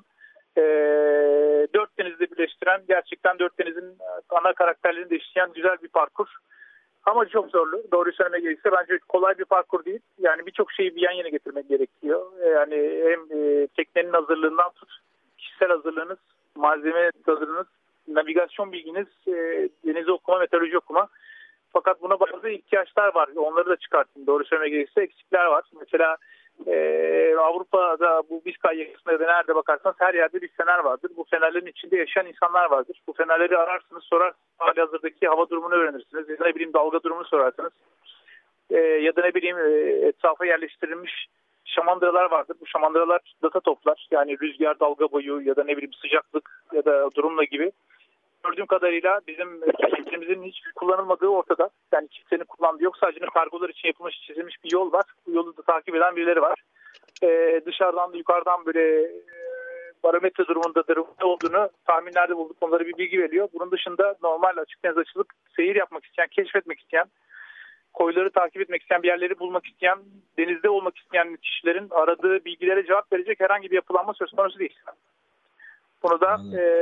Dört denizi birleştiren, gerçekten dört denizin ana karakterlerini de işleyen güzel bir parkur. Ama çok zorlu. Doğru söylemek gerekirse bence kolay bir parkur değil. Yani birçok şeyi bir yan yana getirmek gerekiyor. Yani hem teknenin hazırlığından tut, kişisel hazırlığınız, malzeme hazırlığınız, navigasyon bilginiz, denizi okuma, meteoroloji okuma. Fakat buna bazı ihtiyaçlar var. Onları da çıkarttım. Doğru söylemek gerekirse eksikler var. Mesela Avrupa'da bu Biskay yakasında ya da nerede bakarsanız her yerde bir fener vardır. Bu fenerlerin içinde yaşayan insanlar vardır. Bu fenerleri ararsınız, sorarsınız. Halihazırdaki hava durumunu öğrenirsiniz. Ya da ne bileyim dalga durumunu sorarsınız. Ya da ne bileyim etrafa yerleştirilmiş şamandıralar vardır. Bu şamandıralar data toplar. Yani rüzgar, dalga boyu ya da ne bileyim sıcaklık ya da durumla gibi. Gördüğüm kadarıyla bizim ülkemizin hiç kullanılmadığı ortada. Yani kimsenin kullandığı yok. Sadece kargolar için yapılmış, çizilmiş bir yol var. Bu yolu da takip eden birileri var. Dışarıdan da yukarıdan böyle barometre durumundadır olduğunu tahminlerde bulduk. Onlara bir bilgi veriyor. Bunun dışında normal açık deniz açılıp seyir yapmak isteyen, keşfetmek isteyen, koyları takip etmek isteyen, bir yerleri bulmak isteyen, denizde olmak isteyen kişilerin aradığı bilgilere cevap verecek herhangi bir yapılanma söz konusu değil. Bunu da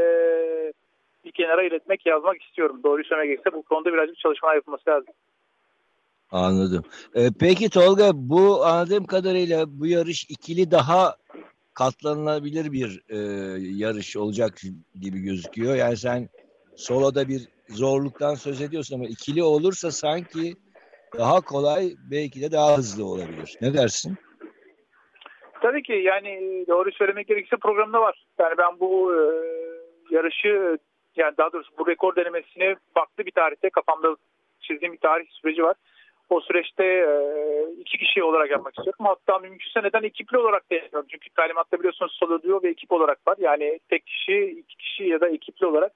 bir kenara iletmek, yazmak istiyorum. Doğruyu söylemek gerekirse bu konuda birazcık çalışmalar yapılması lazım. Anladım. Peki Tolga, bu anladığım kadarıyla bu yarış ikili daha katlanılabilir bir yarış olacak gibi gözüküyor. Yani sen soloda bir zorluktan söz ediyorsun ama ikili olursa sanki daha kolay, belki de daha hızlı olabilir. Ne dersin? Tabii ki yani doğru söylemek gerekirse programda var. Yani ben bu yarışı, yani daha doğrusu bu rekor denemesini farklı bir tarihte kafamda çizdiğim bir tarih süreci var. O süreçte 2 kişi olarak yapmak istiyorum. Hatta mümkünse neden ekipli olarak da yapıyorum. Çünkü talimatta biliyorsunuz solo duo ve ekip olarak var. Yani tek kişi, 2 kişi ya da ekipli olarak.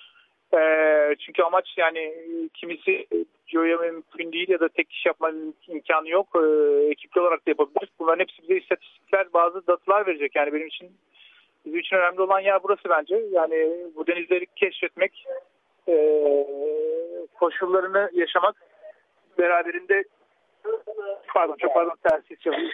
Çünkü amaç yani kimisi duo'ya mümkün değil ya da tek kişi yapmanın imkanı yok. Ekipli olarak da yapabiliriz. Bunların hepsi bize istatistikler, bazı datalar verecek. Yani bizim için önemli olan yer burası bence. Yani bu denizleri keşfetmek, koşullarını yaşamak, beraberinde çok pardon tersi çalıyor.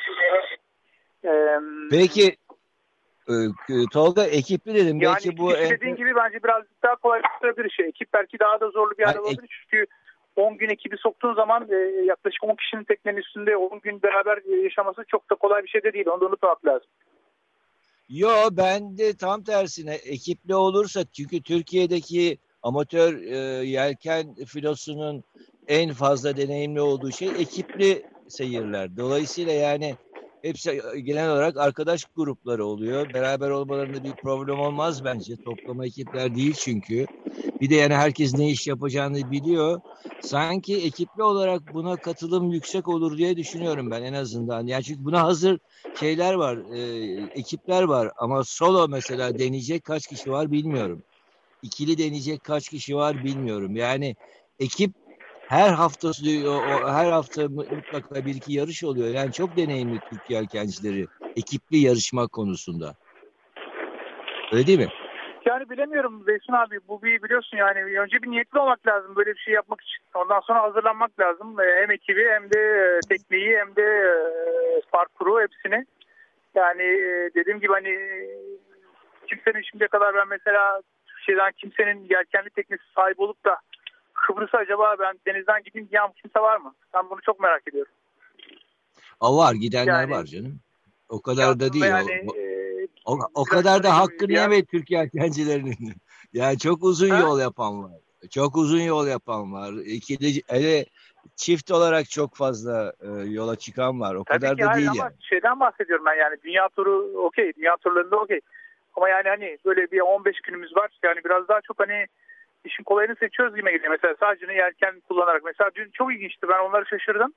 Peki Tolga, ekipli dedim. Yani belki bu dediğin gibi bence birazcık daha kolay bir şey. Ekip belki daha da zorlu bir yer olabilir. Çünkü 10 gün ekibi soktuğun zaman yaklaşık 10 kişinin teknenin üstünde 10 gün beraber yaşaması çok da kolay bir şey de değil. Onu da unutmamak lazım. Yo, ben de tam tersine ekipli olursa, çünkü Türkiye'deki amatör yelken filosunun en fazla deneyimli olduğu şey ekipli seyirler. Dolayısıyla yani hepsi genel olarak arkadaş grupları oluyor. Beraber olmalarında bir problem olmaz bence. Toplama ekipler değil çünkü. Bir de yani herkes ne iş yapacağını biliyor. Sanki ekipli olarak buna katılım yüksek olur diye düşünüyorum ben en azından. Yani çünkü buna hazır şeyler var, ekipler var ama solo mesela deneyecek kaç kişi var bilmiyorum. İkili deneyecek kaç kişi var bilmiyorum. Yani ekip her hafta mutlaka bir iki yarış oluyor. Yani çok deneyimli Türk yelkencileri ekipli yarışma konusunda. Öyle değil mi? Yani bilemiyorum Beysun abi, bu biliyorsun yani önce bir niyetli olmak lazım böyle bir şey yapmak için. Ondan sonra hazırlanmak lazım. Hem ekibi hem de tekneyi hem de parkuru hepsini. Yani dediğim gibi hani kimsenin şimdiye kadar ben mesela kimsenin yelkenli teknesi sahibi olup da Kıbrıs'a acaba ben denizden gideyim diyen kimse var mı? Ben bunu çok merak ediyorum. Var, gidenler Yani, var canım. O kadar da değil. Yani, o kadar da hakkını yani, yeme Türk yelkencilerinin. Yani çok uzun yol yapan var. Çok uzun yol yapan var. Hele çift olarak çok fazla yola çıkan var. O tabii kadar ki da hayır, değil ama yani. şeyden bahsediyorum ben, yani dünya turu okey, dünya turlarında okey. Ama yani hani böyle bir 15 günümüz var. Yani biraz daha çok hani işin kolayını seçiyoruz gibi geliyor. Mesela sadece yelken kullanarak. Mesela dün çok ilginçti. Ben onları şaşırdım.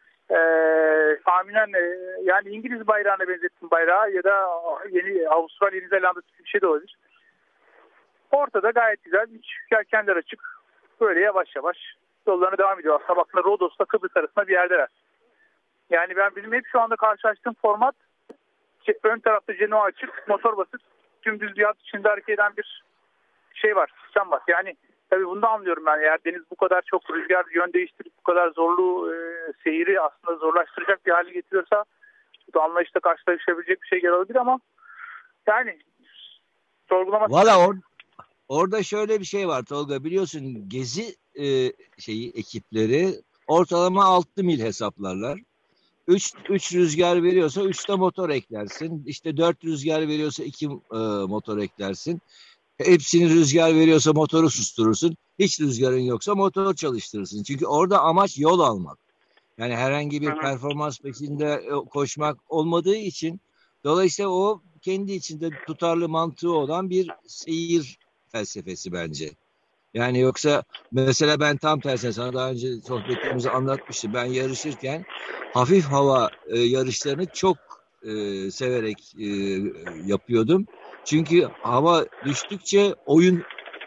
Tahminen yani İngiliz bayrağına benzettim bayrağı ya da Avustralya, Yeni Zelanda bir şey de olabilir. Ortada gayet güzel yelkenler açık. Böyle yavaş yavaş yollarına devam ediyor. Aslında baktığında Rodos'la Kıbrıs arasında bir yerdeler. Yani benim hep şu anda karşılaştığım format ön tarafta Genoa açık, motor basıp dümdüz bir hat içinde hareket eden bir şey var, sistem var. Yani tabii bunu da anlıyorum ben. Eğer deniz bu kadar çok rüzgar yön değiştirip bu kadar zorlu seyri aslında zorlaştıracak bir hale getiriyorsa bu da anlayışla karşılaşabilecek bir şey olabilir ama yani sorgulamak. Valla orada şöyle bir şey var Tolga, biliyorsun gezi ekipleri ortalama 6 mil hesaplarlar. 3 rüzgar veriyorsa 3 de motor eklersin. İşte 4 rüzgar veriyorsa 2 motor eklersin. Hepsini rüzgar veriyorsa motoru susturursun. Hiç rüzgarın yoksa motor çalıştırırsın. Çünkü orada amaç yol almak. Yani herhangi bir performans peşinde koşmak olmadığı için dolayısıyla o kendi içinde tutarlı mantığı olan bir seyir felsefesi bence. Yani yoksa mesela ben tam tersine sana daha önce sohbetlerimizi anlatmıştım. Ben yarışırken hafif hava yarışlarını çok severek yapıyordum. Çünkü hava düştükçe oyun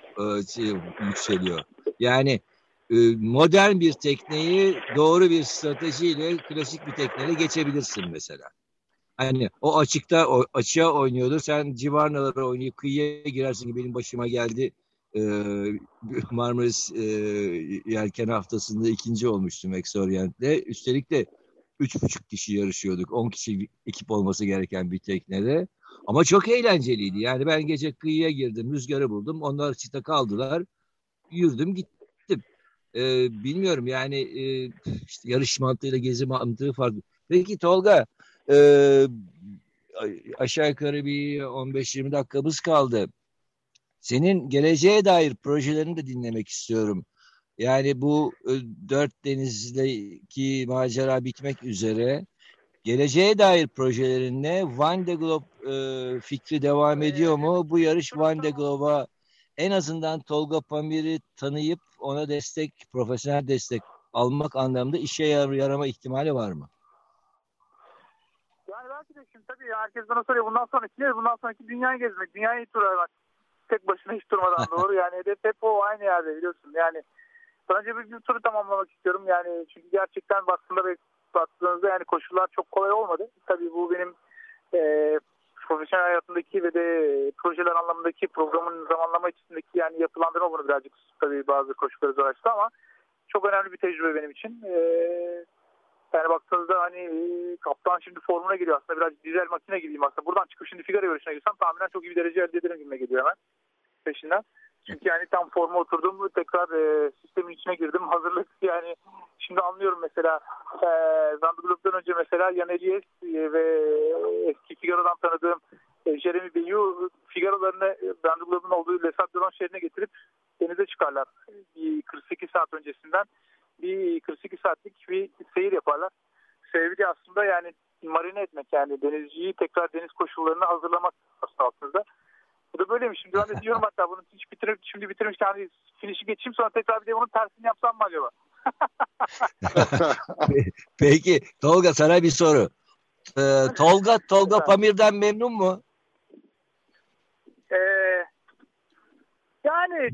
yükseliyor. Yani modern bir tekneyi doğru bir stratejiyle klasik bir tekneyle geçebilirsin mesela. Hani o açığa oynuyordur. Sen civarnalara oynayıp kıyıya girersin gibi benim başıma geldi. Marmaris yelken haftasında 2. olmuştum Exorient'te. Üstelik de 3,5 kişi yarışıyorduk. 10 kişi ekip olması gereken bir teknede. Ama çok eğlenceliydi. Yani ben gece kıyıya girdim, rüzgarı buldum. Onlar açıkta kaldılar. Yürüdüm gittim. Bilmiyorum yani işte yarış mantığıyla gezi mantığı farklı. Peki Tolga, aşağı yukarı bir 15-20 dakikamız kaldı. Senin geleceğe dair projelerini de dinlemek istiyorum. Yani bu 4 denizdeki macera bitmek üzere. Geleceğe dair projelerin ne? Van de Globe fikri devam ediyor mu? Bu yarış Van de Globe'a en azından Tolga Pamir'i tanıyıp ona profesyonel destek almak anlamda işe yarama ihtimali var mı? Yani belki de şimdi tabii herkes bana soruyor bundan sonraki dünyayı gezmek, dünyayı turlamak. Tek başına hiç durmadan doğru. Yani hedef hep o aynı yerde biliyorsun. Yani önce bir turu tamamlamak istiyorum. Yani çünkü gerçekten baktığınızda yani koşullar çok kolay olmadı. Tabii bu benim profesyonel hayatımdaki ve de projeler anlamındaki programın zamanlama içindeki yani yapılandırma bunu birazcık tabii bazı koşulları zorlaştı ama çok önemli bir tecrübe benim için. Yani baktığınızda hani kaptan şimdi formuna giriyor aslında, biraz dizel makine gibiyim aslında. Buradan çıkıp şimdi Figaro yarışına girsem tahminen çok iyi bir derece elde ederim gibime geliyor hemen peşinden. Çünkü yani tam forma oturdum, tekrar sistemin içine girdim. Hazırlık yani şimdi anlıyorum mesela Van de Globe'dan önce mesela Jan Elias ve eski Figaro'dan tanıdığım Jeremy Beyu Figaro'larını Van de Globe'un olduğu Les Sables şehrine getirip denize çıkarlar. Bir 48 saat öncesinden bir 42 saatlik bir seyir yaparlar. Sebebi de aslında yani marine etmek, yani denizciyi tekrar deniz koşullarına hazırlamak aslında. Bu da böyleymiş. Şimdi ben de diyorum hatta bunu şimdi bitirmişken hani finişi geçeyim sonra tekrar bir de bunun tersini yapsam mı acaba? Peki Tolga, sana bir soru. Tolga Pamir'den memnun mu? Yani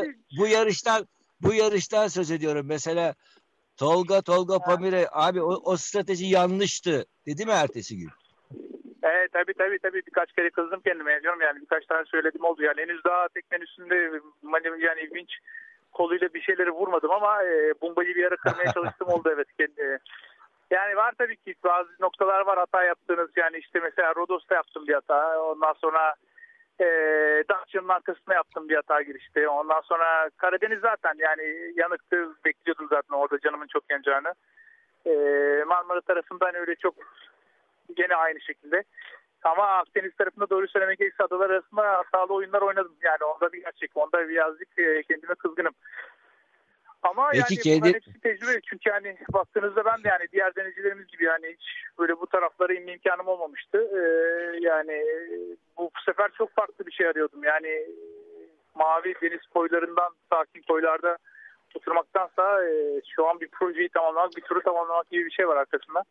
bu yarıştan söz ediyorum. Mesela Tolga Pamir'e abi o strateji yanlıştı dedi mi ertesi gün? Evet tabii birkaç kere kızdım kendime diyorum, yani birkaç tane söyledim oldu, yani henüz daha teknenin üstünde yani vinç koluyla bir şeyleri vurmadım ama bombayı bir ara kırmaya çalıştım oldu evet. Yani var tabii ki bazı noktalar var hata yaptığınız. Yani işte mesela Rodos'ta yaptım bir hata. Ondan sonra Datça'nın arkasına yaptım bir hata girişte. Ondan sonra Karadeniz zaten yani yanıktı. Bekliyordum zaten orada canımın çok yanacağını. Marmara tarafından öyle çok gene aynı şekilde. Ama Akdeniz tarafında doğru söylemek gerekirse adalar arasında hatalı oyunlar oynadım. Yani onda bir gerçek. Onda birazcık kendime kızgınım. Ama Peki yani bunların hepsi tecrübe. Çünkü hani baktığınızda ben de yani diğer denizcilerimiz gibi yani hiç böyle bu taraflara inme imkanım olmamıştı. Yani bu sefer çok farklı bir şey arıyordum. Yani mavi deniz koylarından sakin koylarda oturmaktansa şu an bir projeyi tamamlamak, bir turu tamamlamak gibi bir şey var arkasında.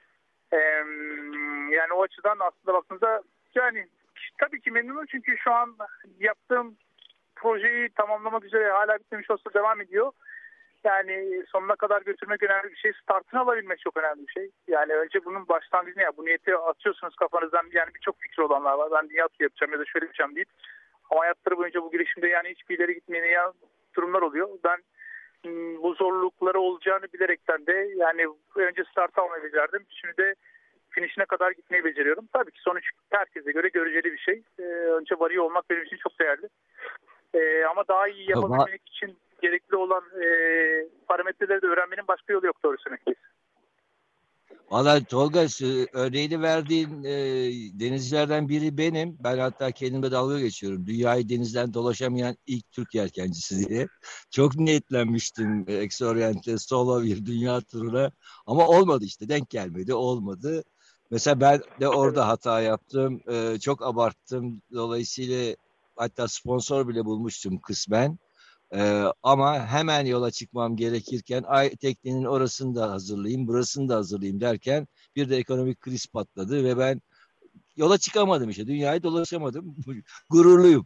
Yani o açıdan aslında baktığınızda yani tabii ki memnunum çünkü şu an yaptığım projeyi tamamlamak üzere hala bitmemiş olsa devam ediyor. Yani sonuna kadar götürmek önemli bir şey. Startını alabilmek çok önemli bir şey. Yani önce bunun başlangıcını bu niyeti atıyorsunuz kafanızdan. Yani birçok fikri olanlar var. Ben dünya turu yapacağım ya da şöyle yapacağım deyip. Ama hayatları boyunca bu girişimde yani hiçbir ileri gitmeyen durumlar oluyor. Ben bu zorlukları olacağını bilerekten de yani önce start almayı becerdim. Şimdi de finişine kadar gitmeyi beceriyorum. Tabii ki sonuç herkese göre göreceli bir şey. Önce varıyor olmak benim için çok değerli. Ama daha iyi yapabilmek için gerekli olan parametreleri de öğrenmenin başka yolu yok doğrusu. Valla Tolga, örneğini verdiğin denizcilerden biri benim. Ben hatta kendime dalga geçiyorum. Dünyayı denizden dolaşamayan ilk Türk yelkencisi diye. Çok niyetlenmiştim Ex-Orient'te solo bir dünya turuna. Ama olmadı işte. Denk gelmedi. Olmadı. Mesela ben de orada hata yaptım. Çok abarttım. Dolayısıyla hatta sponsor bile bulmuştum kısmen. Ama hemen yola çıkmam gerekirken teknenin orasını da hazırlayayım, burasını da hazırlayayım derken bir de ekonomik kriz patladı ve ben yola çıkamadım işte. Dünyayı dolaşamadım. Gururluyum.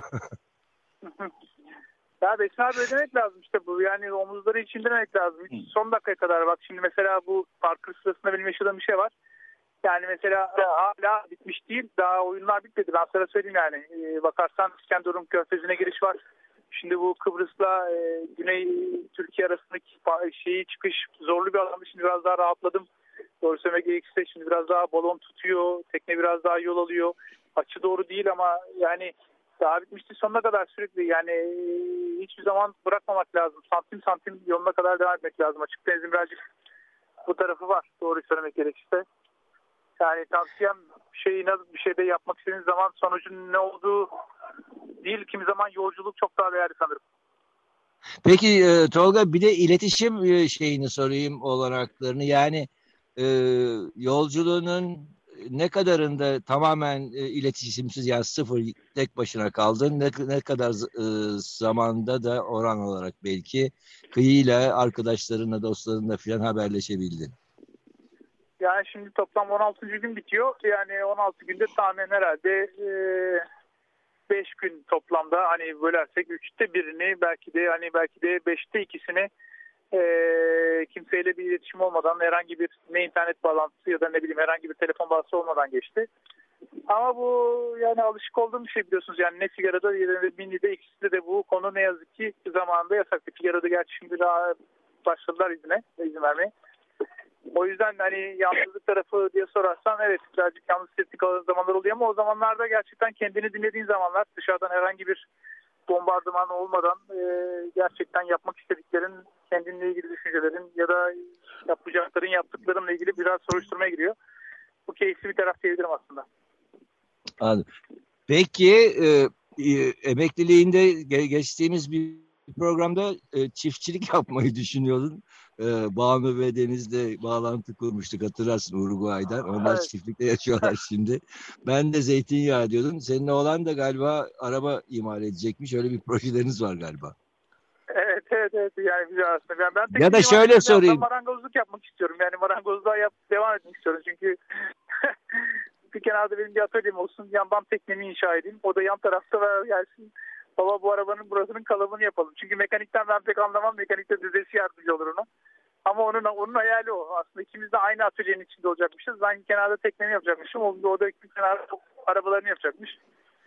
Ya Besin abi ödemek lazım işte bu. Yani omuzları içinde demek lazım. Son dakikaya kadar bak şimdi mesela bu parkur sırasında benim yaşadığım bir şey var. Yani mesela hala bitmiş değil. Daha oyunlar bitmedi. Ben sana söyleyeyim yani. Bakarsan İskenderun Körfezi'ne giriş var. Şimdi bu Kıbrıs'la Güney Türkiye arasındaki çıkış zorlu bir alandı. Şimdi biraz daha rahatladım. Doğru söylemek gerekirse şimdi biraz daha balon tutuyor. Tekne biraz daha yol alıyor. Açı doğru değil ama yani daha bitmişti sonuna kadar sürekli. Yani hiçbir zaman bırakmamak lazım. Santim santim yoluna kadar devam etmek lazım. Açık denizin birazcık bu tarafı var. Doğru söylemek gerekirse. Yani tavsiyem bir şeyde yapmak istediğiniz zaman sonucun ne olduğu değil, kimi zaman yolculuk çok daha değerli sanırım. Peki Tolga, bir de iletişim şeyini sorayım, olanaklarını. Yani yolculuğunun ne kadarında tamamen iletişimsiz, yani sıfır tek başına kaldın, ne kadar zamanda da oran olarak belki kıyıyla arkadaşlarınla, dostlarınla falan haberleşebildin? Yani şimdi toplam 16. gün bitiyor. Yani 16 günde tahmin herhalde 5 gün toplamda hani bölersek 3'te birini belki de 5'te ikisini kimseyle bir iletişim olmadan herhangi bir ne internet bağlantısı ya da ne bileyim herhangi bir telefon bağlantısı olmadan geçti. Ama bu yani alışık olduğum bir şey biliyorsunuz yani ne Figaro'da ne de Minli'de ikisi de bu konu ne yazık ki zamanında yasaktı. Figaro'da gerçi şimdi daha başladılar izin vermeye. O yüzden hani yalnızlık tarafı diye sorarsan evet birazcık yalnız hissettik zamanlar oluyor ama o zamanlarda gerçekten kendini dinlediğin zamanlar dışarıdan herhangi bir bombardıman olmadan gerçekten yapmak istediklerin, kendinle ilgili düşüncelerin ya da yaptıklarınla ilgili biraz soruşturmaya giriyor. Bu keyifli bir taraf diyebilirim aslında. Anladım. Peki emekliliğinde geçtiğimiz bir programda çiftçilik yapmayı düşünüyordun. Banu ve Deniz'le bağlantı kurmuştuk, hatırlarsın, Uruguay'dan. Onlar evet. Çiftlikte yaşıyorlar şimdi. Ben de zeytinyağı diyordum. Senin oğlan da galiba araba imal edecekmiş. Öyle bir projeleriniz var galiba. Evet. Yani güzel aslında. Ben ya da şöyle sorayım. Ben marangozluk yapmak istiyorum. Yani marangozluğa devam etmek istiyorum. Çünkü bir kenarda benim bir atölyem olsun. Yandan teknemi inşa edeyim. O da yan tarafta gelsin. Baba bu arabanın burasının kalıbını yapalım. Çünkü mekanikten ben pek anlamam. Mekanikte düzesi yardımcı olur ona. Ama onun hayali o. Aslında ikimiz de aynı atölyenin içinde olacakmışız. Ben kenarda teknemi yapacakmışım. O da kenarda arabalarını yapacakmış.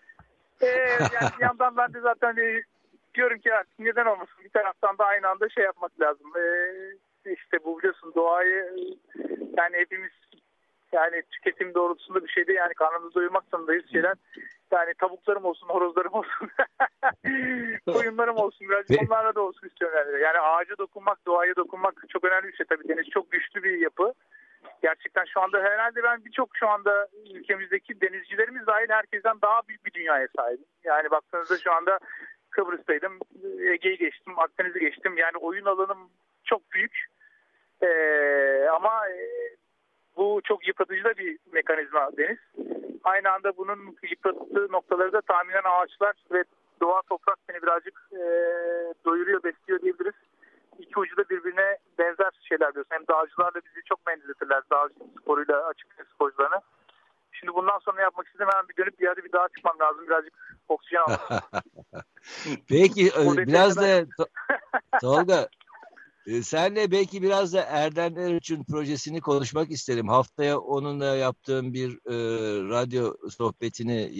Yani bir yandan ben de zaten diyorum ki neden olmasın. Bir taraftan da aynı anda yapmak lazım. İşte bu biliyorsun doğayı Yani hepimiz yani tüketim doğrultusunda bir şeyde yani karnımızı doyurmak zorundayız şeyler. Yani tavuklarım olsun, horozlarım olsun, koyunlarım olsun, birazcık onlarla da olsun istiyorum yani. Yani ağaca dokunmak, doğaya dokunmak çok önemli bir şey tabii. Deniz çok güçlü bir yapı. Gerçekten şu anda herhalde ben birçok şu anda ülkemizdeki denizcilerimiz dahil herkesten daha büyük bir dünyaya sahibim. Yani baktığınızda şu anda Kıbrıs'taydım, Ege'yi geçtim, Akdeniz'i geçtim. Yani oyun alanım çok büyük. Ama bu çok yıpratıcı da bir mekanizma deniz. Aynı anda bunun yıprattığı noktaları da tahminen ağaçlar ve doğa toprak beni birazcık doyuruyor, besliyor diyebiliriz. İki ucu da birbirine benzer şeyler diyorsun. Hem dağcılarla bizi çok benzetirler. Dağcılık sporuyla açık deniz sporcularını. Şimdi bundan sonra yapmak istedim. Hemen bir dönüp bir yerde bir dağa çıkmam lazım. Birazcık oksijen almak. Peki biraz da Tolga senle belki biraz da Erdem Eruç'un projesini konuşmak isterim. Haftaya onunla yaptığım bir radyo sohbetini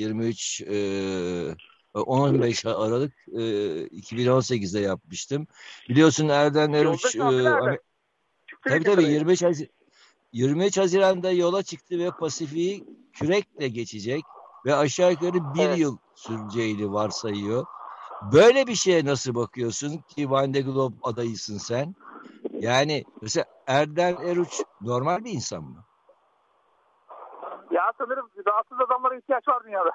15 Aralık 2018'de yapmıştım. Biliyorsun Erdem Eruç tabii 23 Haziran'da yola çıktı ve Pasifik'i kürekle geçecek ve aşağı yukarı bir yıl süreceğini varsayıyor. Böyle bir şeye nasıl bakıyorsun ki Van de Globe adayısın sen? Yani mesela Erdem Eruç normal bir insan mı? Ya sanırım rahatsız adamlara ihtiyaç var dünyada.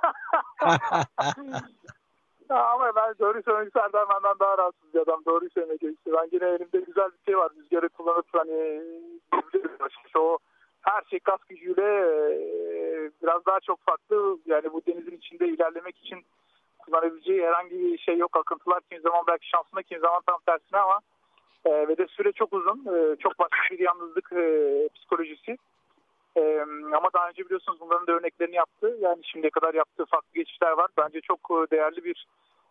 Ama ben doğru söylemek Erdem benden daha rahatsız bir adam. Doğruyu söylemek gerekirse. Ben yine elimde güzel bir şey var. Rüzgarı kullanıp hani o her şey kas gücüyle biraz daha çok farklı. Yani bu denizin içinde ilerlemek için kullanabileceği herhangi bir şey yok. Akıntılar kimi zaman belki şansına, kimi zaman tam tersine ama ve de süre çok uzun. Çok başka bir yalnızlık psikolojisi. Ama daha önce biliyorsunuz bunların da örneklerini yaptı. Yani şimdiye kadar yaptığı farklı geçişler var. Bence çok değerli bir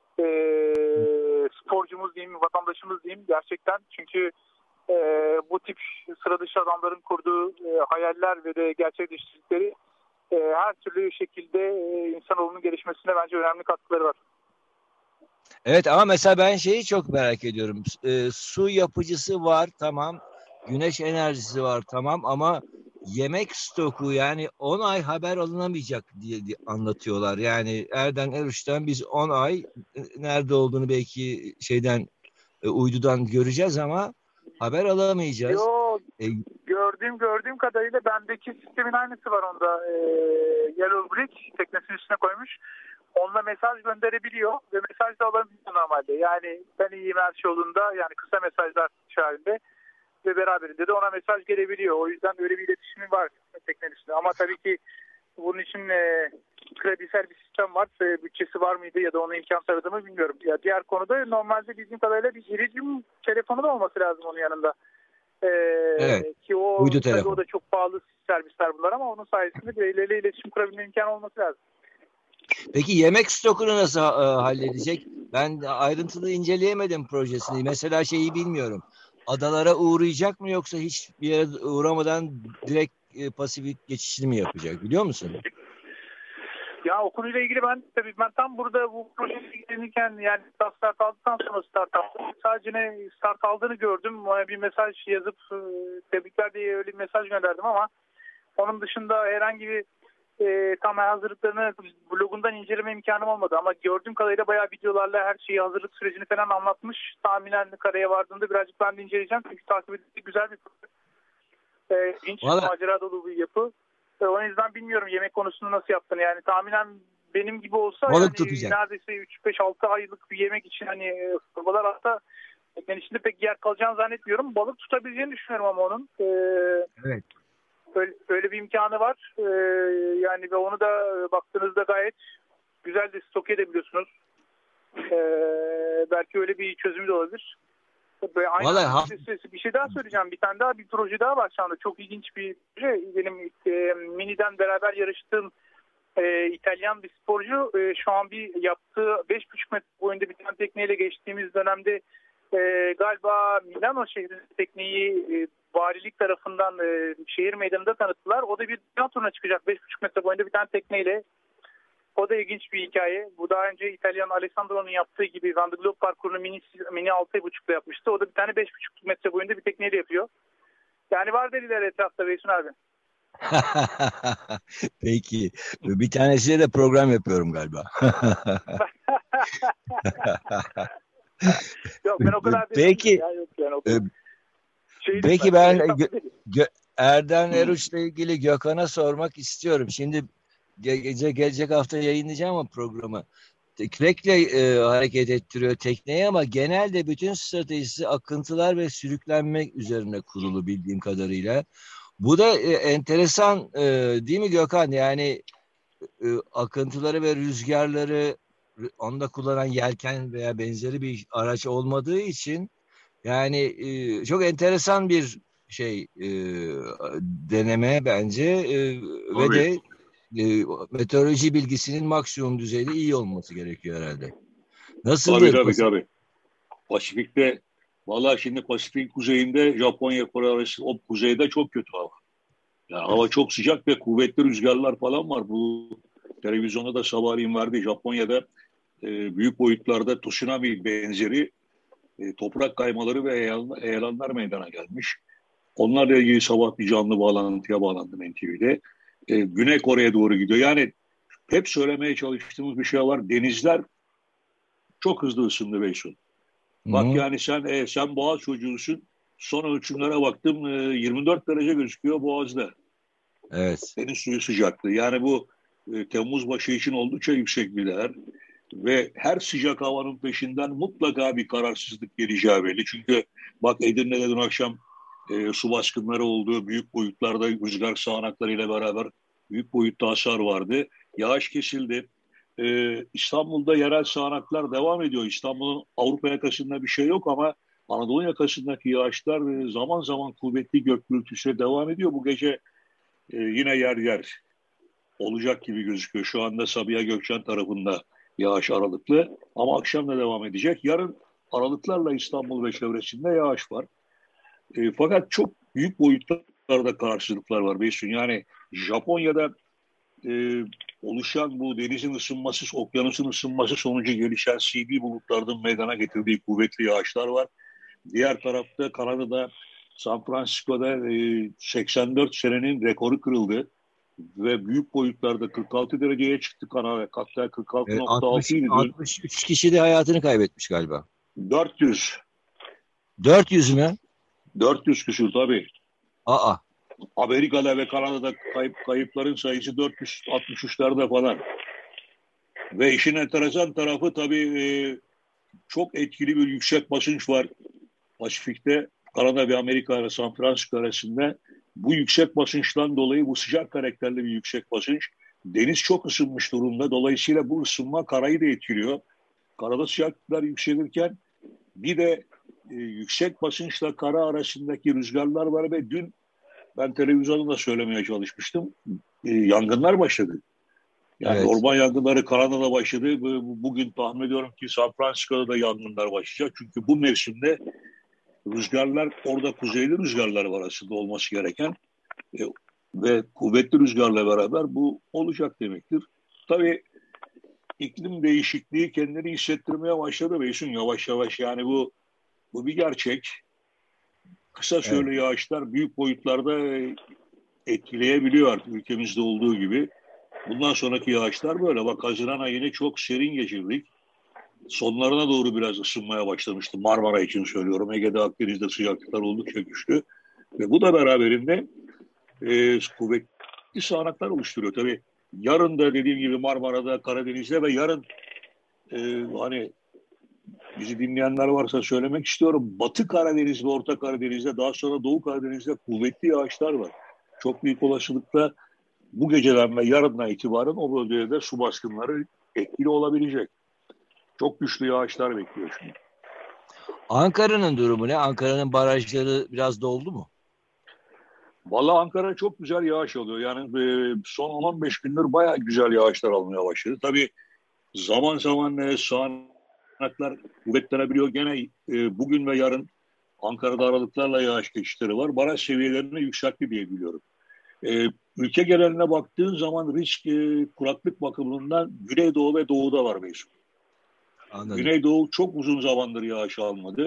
sporcumuz diyeyim, vatandaşımız diyeyim gerçekten. Çünkü bu tip sıra dışı adamların kurduğu hayaller ve de gerçekleştirdikleri her türlü şekilde insanoğlunun gelişmesine bence önemli katkıları var. Evet ama mesela ben şeyi çok merak ediyorum. Su yapıcısı var tamam. Güneş enerjisi var tamam ama yemek stoku yani 10 ay haber alınamayacak diye anlatıyorlar. Yani Erdem Eruç'tan biz 10 ay nerede olduğunu belki uydudan göreceğiz ama haber alamayacağız. Yok. Gördüğüm kadarıyla bendeki sistemin aynısı var onda. Yellow Brick teknesinin üstüne koymuş. Onunla mesaj gönderebiliyor ve mesaj da alabiliyor normalde. Yani ben iyiyim her şey yolunda yani kısa mesajlar halinde ve beraberinde de ona mesaj gelebiliyor. O yüzden öyle bir iletişimi var teknenin üstünde. Ama tabii ki bunun için kredisel bir sistem var. Bütçesi var mıydı ya da ona imkan sağladı mı bilmiyorum. Ya diğer konuda normalde bizim kadarıyla bir iridium telefonu da olması lazım onun yanında. Evet. Ki o da çok pahalı servisler bunlar ama onun sayesinde bireyleriyle iletişim kurabilme imkanı olması lazım. Peki yemek stokunu nasıl halledecek? Ben ayrıntılı inceleyemedim projesini. Mesela şeyi bilmiyorum. Adalara uğrayacak mı yoksa hiç bir yere uğramadan direkt Pasifik geçişini mi yapacak biliyor musun? Ya o konuyla ilgili ben tam burada bu projeye ilgilenirken yani start aldıktan sonra start aldım. Sadece start aldığını gördüm. Bir mesaj yazıp tebrikler diye öyle bir mesaj gönderdim ama onun dışında herhangi bir tam hazırlıklarını blogundan inceleme imkanım olmadı ama gördüğüm kadarıyla bayağı videolarla her şeyi hazırlık sürecini falan anlatmış. Tahminen karaya vardığında birazcık ben de inceleyeceğim çünkü takip edildiği güzel bir ilginç, macera dolu bir yapı. O yüzden bilmiyorum yemek konusunu nasıl yaptığını yani tahminen benim gibi olsa yani neredeyse 3-5-6 aylık bir yemek için hani babalar hatta teknenin içinde pek yer kalacağını zannetmiyorum. Balık tutabileceğini düşünüyorum ama onun. Evet. Öyle bir imkanı var. Yani ve onu da baktığınızda gayet güzel de stok edebiliyorsunuz. Belki öyle bir çözümü de olabilir. Bir şey daha söyleyeceğim. Bir proje daha var şu anda. Çok ilginç bir proje. Benim Mini'den beraber yarıştığım İtalyan bir sporcu şu an bir yaptığı 5,5 metre boyunda bir tane tekneyle geçtiğimiz dönemde galiba Milano şehrinin tekneyi valilik tarafından şehir meydanında tanıttılar. O da bir dünya turuna çıkacak 5,5 metre boyunda bir tane tekneyle. O da ilginç bir hikaye. Bu daha önce İtalyan Alessandro'nun yaptığı gibi Van de Globe parkurunu mini 6,5'da yapmıştı. O da bir tane 5,5 metre boyunda bir tekneyle yapıyor. Yani var dediler etrafta Beysun abi. Peki. Bir tanesiyle de program yapıyorum galiba. Yok ben o kadar değilim. Peki. Ya, yok yani o kadar. Peki ben Erden Hı. Eruç'la ilgili Gökhan'a sormak istiyorum. Şimdi gelecek hafta yayınlayacağım ama programı. Kürekle hareket ettiriyor tekneyi ama genelde bütün stratejisi akıntılar ve sürüklenmek üzerine kurulu bildiğim kadarıyla. Bu da enteresan değil mi Gökhan? Yani akıntıları ve rüzgarları onda kullanan yelken veya benzeri bir araç olmadığı için yani çok enteresan bir şey deneme bence ve Tabii. de meteoroloji bilgisinin maksimum düzeyde iyi olması gerekiyor herhalde. Tabii Nasıldır? tabii tabii. Pasifik'te vallahi şimdi Pasifik'in kuzeyinde Japonya Kore arası o kuzeyde çok kötü hava. Yani hava çok sıcak ve kuvvetli rüzgarlar falan var. Bu televizyonda da sabahleyin vardı. Japonya'da büyük boyutlarda tsunami benzeri toprak kaymaları ve heyelanlar meydana gelmiş. Onlarla ilgili sabah bir canlı bağlantıya bağlandım NTV'de. Güney Kore'ye doğru gidiyor. Yani hep söylemeye çalıştığımız bir şey var. Denizler çok hızlı ısındı Beysun. Bak Hı-hı. yani sen Boğaz çocuğusun. Son ölçümlere baktım 24 derece gözüküyor Boğaz'da. Evet. Deniz suyu sıcaklığı. Yani bu Temmuz başı için oldukça yüksek bir değer. Ve her sıcak havanın peşinden mutlaka bir kararsızlık geleceği belli. Çünkü bak Edirne'de dün akşam su baskınları oldu. Büyük boyutlarda rüzgar sağanaklarıyla beraber büyük boyutta hasar vardı. Yağış kesildi. İstanbul'da yerel sağanaklar devam ediyor. İstanbul'un Avrupa yakasında bir şey yok ama Anadolu yakasındaki yağışlar zaman zaman kuvvetli gök gürültüsüyle devam ediyor. Bu gece yine yer yer olacak gibi gözüküyor. Şu anda Sabiha Gökçen tarafında yağış aralıklı ama akşam da devam edecek. Yarın aralıklarla İstanbul ve çevresinde yağış var. Fakat çok büyük boyutlarda karşılıklar var Beysun. Yani Japonya'da oluşan bu denizin ısınması, okyanusun ısınması sonucu gelişen CB bulutlarının meydana getirdiği kuvvetli yağışlar var. Diğer tarafta Kanada'da San Francisco'da 84 senenin rekoru kırıldı ve büyük boyutlarda 46 dereceye çıktı Kanada. Hatta 46.6 idi dün. 63 kişi de hayatını kaybetmiş galiba. 400. 400 mü? 400 küsur tabii. Aa. Amerika'da ve Kanada'da kayıpların sayısı 463'lerde falan. Ve işin enteresan tarafı tabii çok etkili bir yüksek basınç var Pasifik'te. Kanada ve Amerika ve San Francisco arasında. Bu yüksek basınçtan dolayı bu sıcak karakterli bir yüksek basınç. Deniz çok ısınmış durumda. Dolayısıyla bu ısınma karayı da etkiliyor. Karada sıcaklıklar yükselirken bir de yüksek basınçla kara arasındaki rüzgarlar var ve dün ben televizyonda da söylemeye çalışmıştım. Yangınlar başladı. Yani Evet. orman yangınları Kanada'da başladı. Bugün tahmin ediyorum ki San Francisco'da da yangınlar başlayacak. Çünkü bu mevsimde rüzgarlar orada kuzeyli rüzgarlar var aslında olması gereken. Ve kuvvetli rüzgarla beraber bu olacak demektir. Tabii iklim değişikliği kendini hissettirmeye başladı Beysun yavaş yavaş. Yani bu bir gerçek. Kısa Evet. süreli yağışlar büyük boyutlarda etkileyebiliyor artık ülkemizde olduğu gibi. Bundan sonraki yağışlar böyle. Bak Haziran ayını çok serin geçirdik. Sonlarına doğru biraz ısınmaya başlamıştı. Marmara için söylüyorum. Ege'de, Akdeniz'de sıcaklıklar oldukça güçlü. Ve bu da beraberinde kuvvetli sağanaklar oluşturuyor. Tabii yarın da dediğim gibi Marmara'da, Karadeniz'de ve yarın hani bizi dinleyenler varsa söylemek istiyorum. Batı Karadeniz ve Orta Karadeniz'de daha sonra Doğu Karadeniz'de kuvvetli yağışlar var. Çok büyük olasılıkla bu geceden ve yarından itibaren o bölgede su baskınları etkili olabilecek. Çok güçlü yağışlar bekliyor şimdi. Ankara'nın durumu ne? Ankara'nın barajları biraz doldu mu? Vallahi Ankara çok güzel yağış alıyor. Yani son 15 gündür bayağı güzel yağışlar almaya başladı. Tabii zaman zaman sağanaklar kuvvetlenebiliyor. Gene bugün ve yarın Ankara'da aralıklarla yağış geçişleri var. Baraj seviyelerini yükseltti diye biliyorum. Ülke geneline baktığın zaman risk kuraklık bakımından Güneydoğu ve Doğu'da var Mesut. Anladım. Güneydoğu çok uzun zamandır yağış almadı.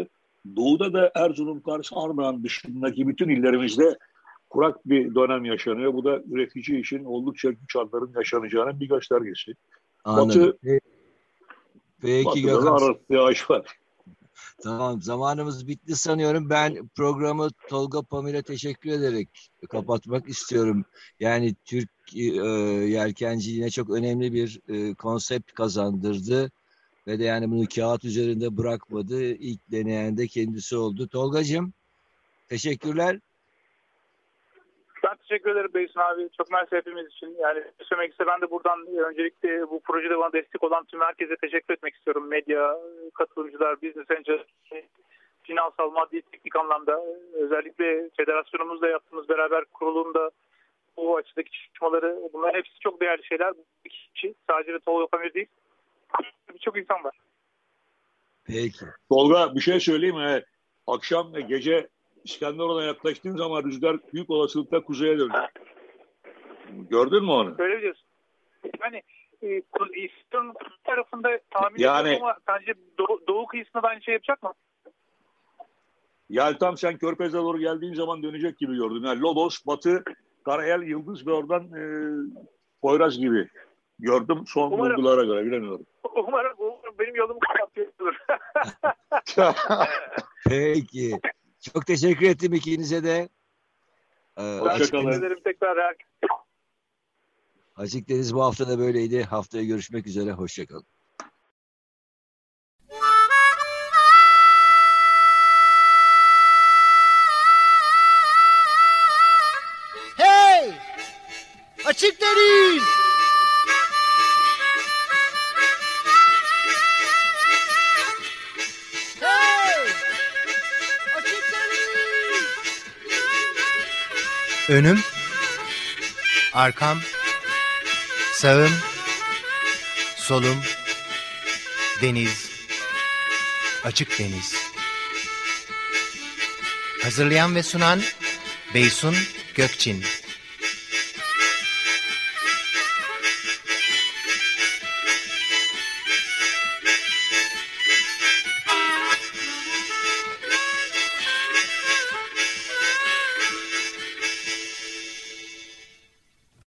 Doğuda da Erzurum, Kars, Ardahan dışındaki bütün illerimizde kurak bir dönem yaşanıyor. Bu da üretici için oldukça güç anların yaşanacağının bir göstergesi. Anladım. Peki Batı'da da Gökhan. arası yağış var. Tamam, zamanımız bitti sanıyorum. Ben programı Tolga Pamir'e teşekkür ederek kapatmak istiyorum. Yani Türk yelkenciliğine çok önemli bir konsept kazandırdı. Ve de yani bunu kağıt üzerinde bırakmadı. İlk deneyen de kendisi oldu. Tolgacığım, teşekkürler. Ben teşekkür ederim Beysun abi. Çok mersi hepimiz için. Yani söylemek ise ben de buradan öncelikle bu projede bana destek olan tüm herkese teşekkür etmek istiyorum. Medya, katılımcılar, Business Angel, finansal, maddi, teknik anlamda. Özellikle federasyonumuzla yaptığımız beraber kurulumda bu açıdaki çalışmaları, bunların hepsi çok değerli şeyler. Bu kişi sadece de Tolga Pamir değil. Birçok insan var. Peki. Tolga bir şey söyleyeyim mi? Akşam ve gece İskenderun'a yaklaştığın zaman rüzgar büyük olasılıkla kuzeye dönüyor. Gördün mü onu? Öyle diyorsun. Yani İskenderun tarafında tahmin yani, ediyorum ama sence doğu kıyısında da aynı şey yapacak mı? Yani tam sen Körfez'e doğru geldiğin zaman dönecek gibi gördüm. Yani Lodos, Batı, Karayel, Yıldız ve oradan Poyraz gibi gördüm son bulgulara göre, bilemiyorum. Umarım benim yolumu kapatıyordur. Peki. Çok teşekkür ettim ikinize de. Hoşçakalın. ederim tekrar. Açık Deniz bu hafta da böyleydi. Haftaya görüşmek üzere. Hoşçakalın. Hey! Açık Deniz! Hey! Açık Deniz! Önüm, arkam, sağım, solum, deniz, açık deniz. Hazırlayan ve sunan Beysun Gökçin.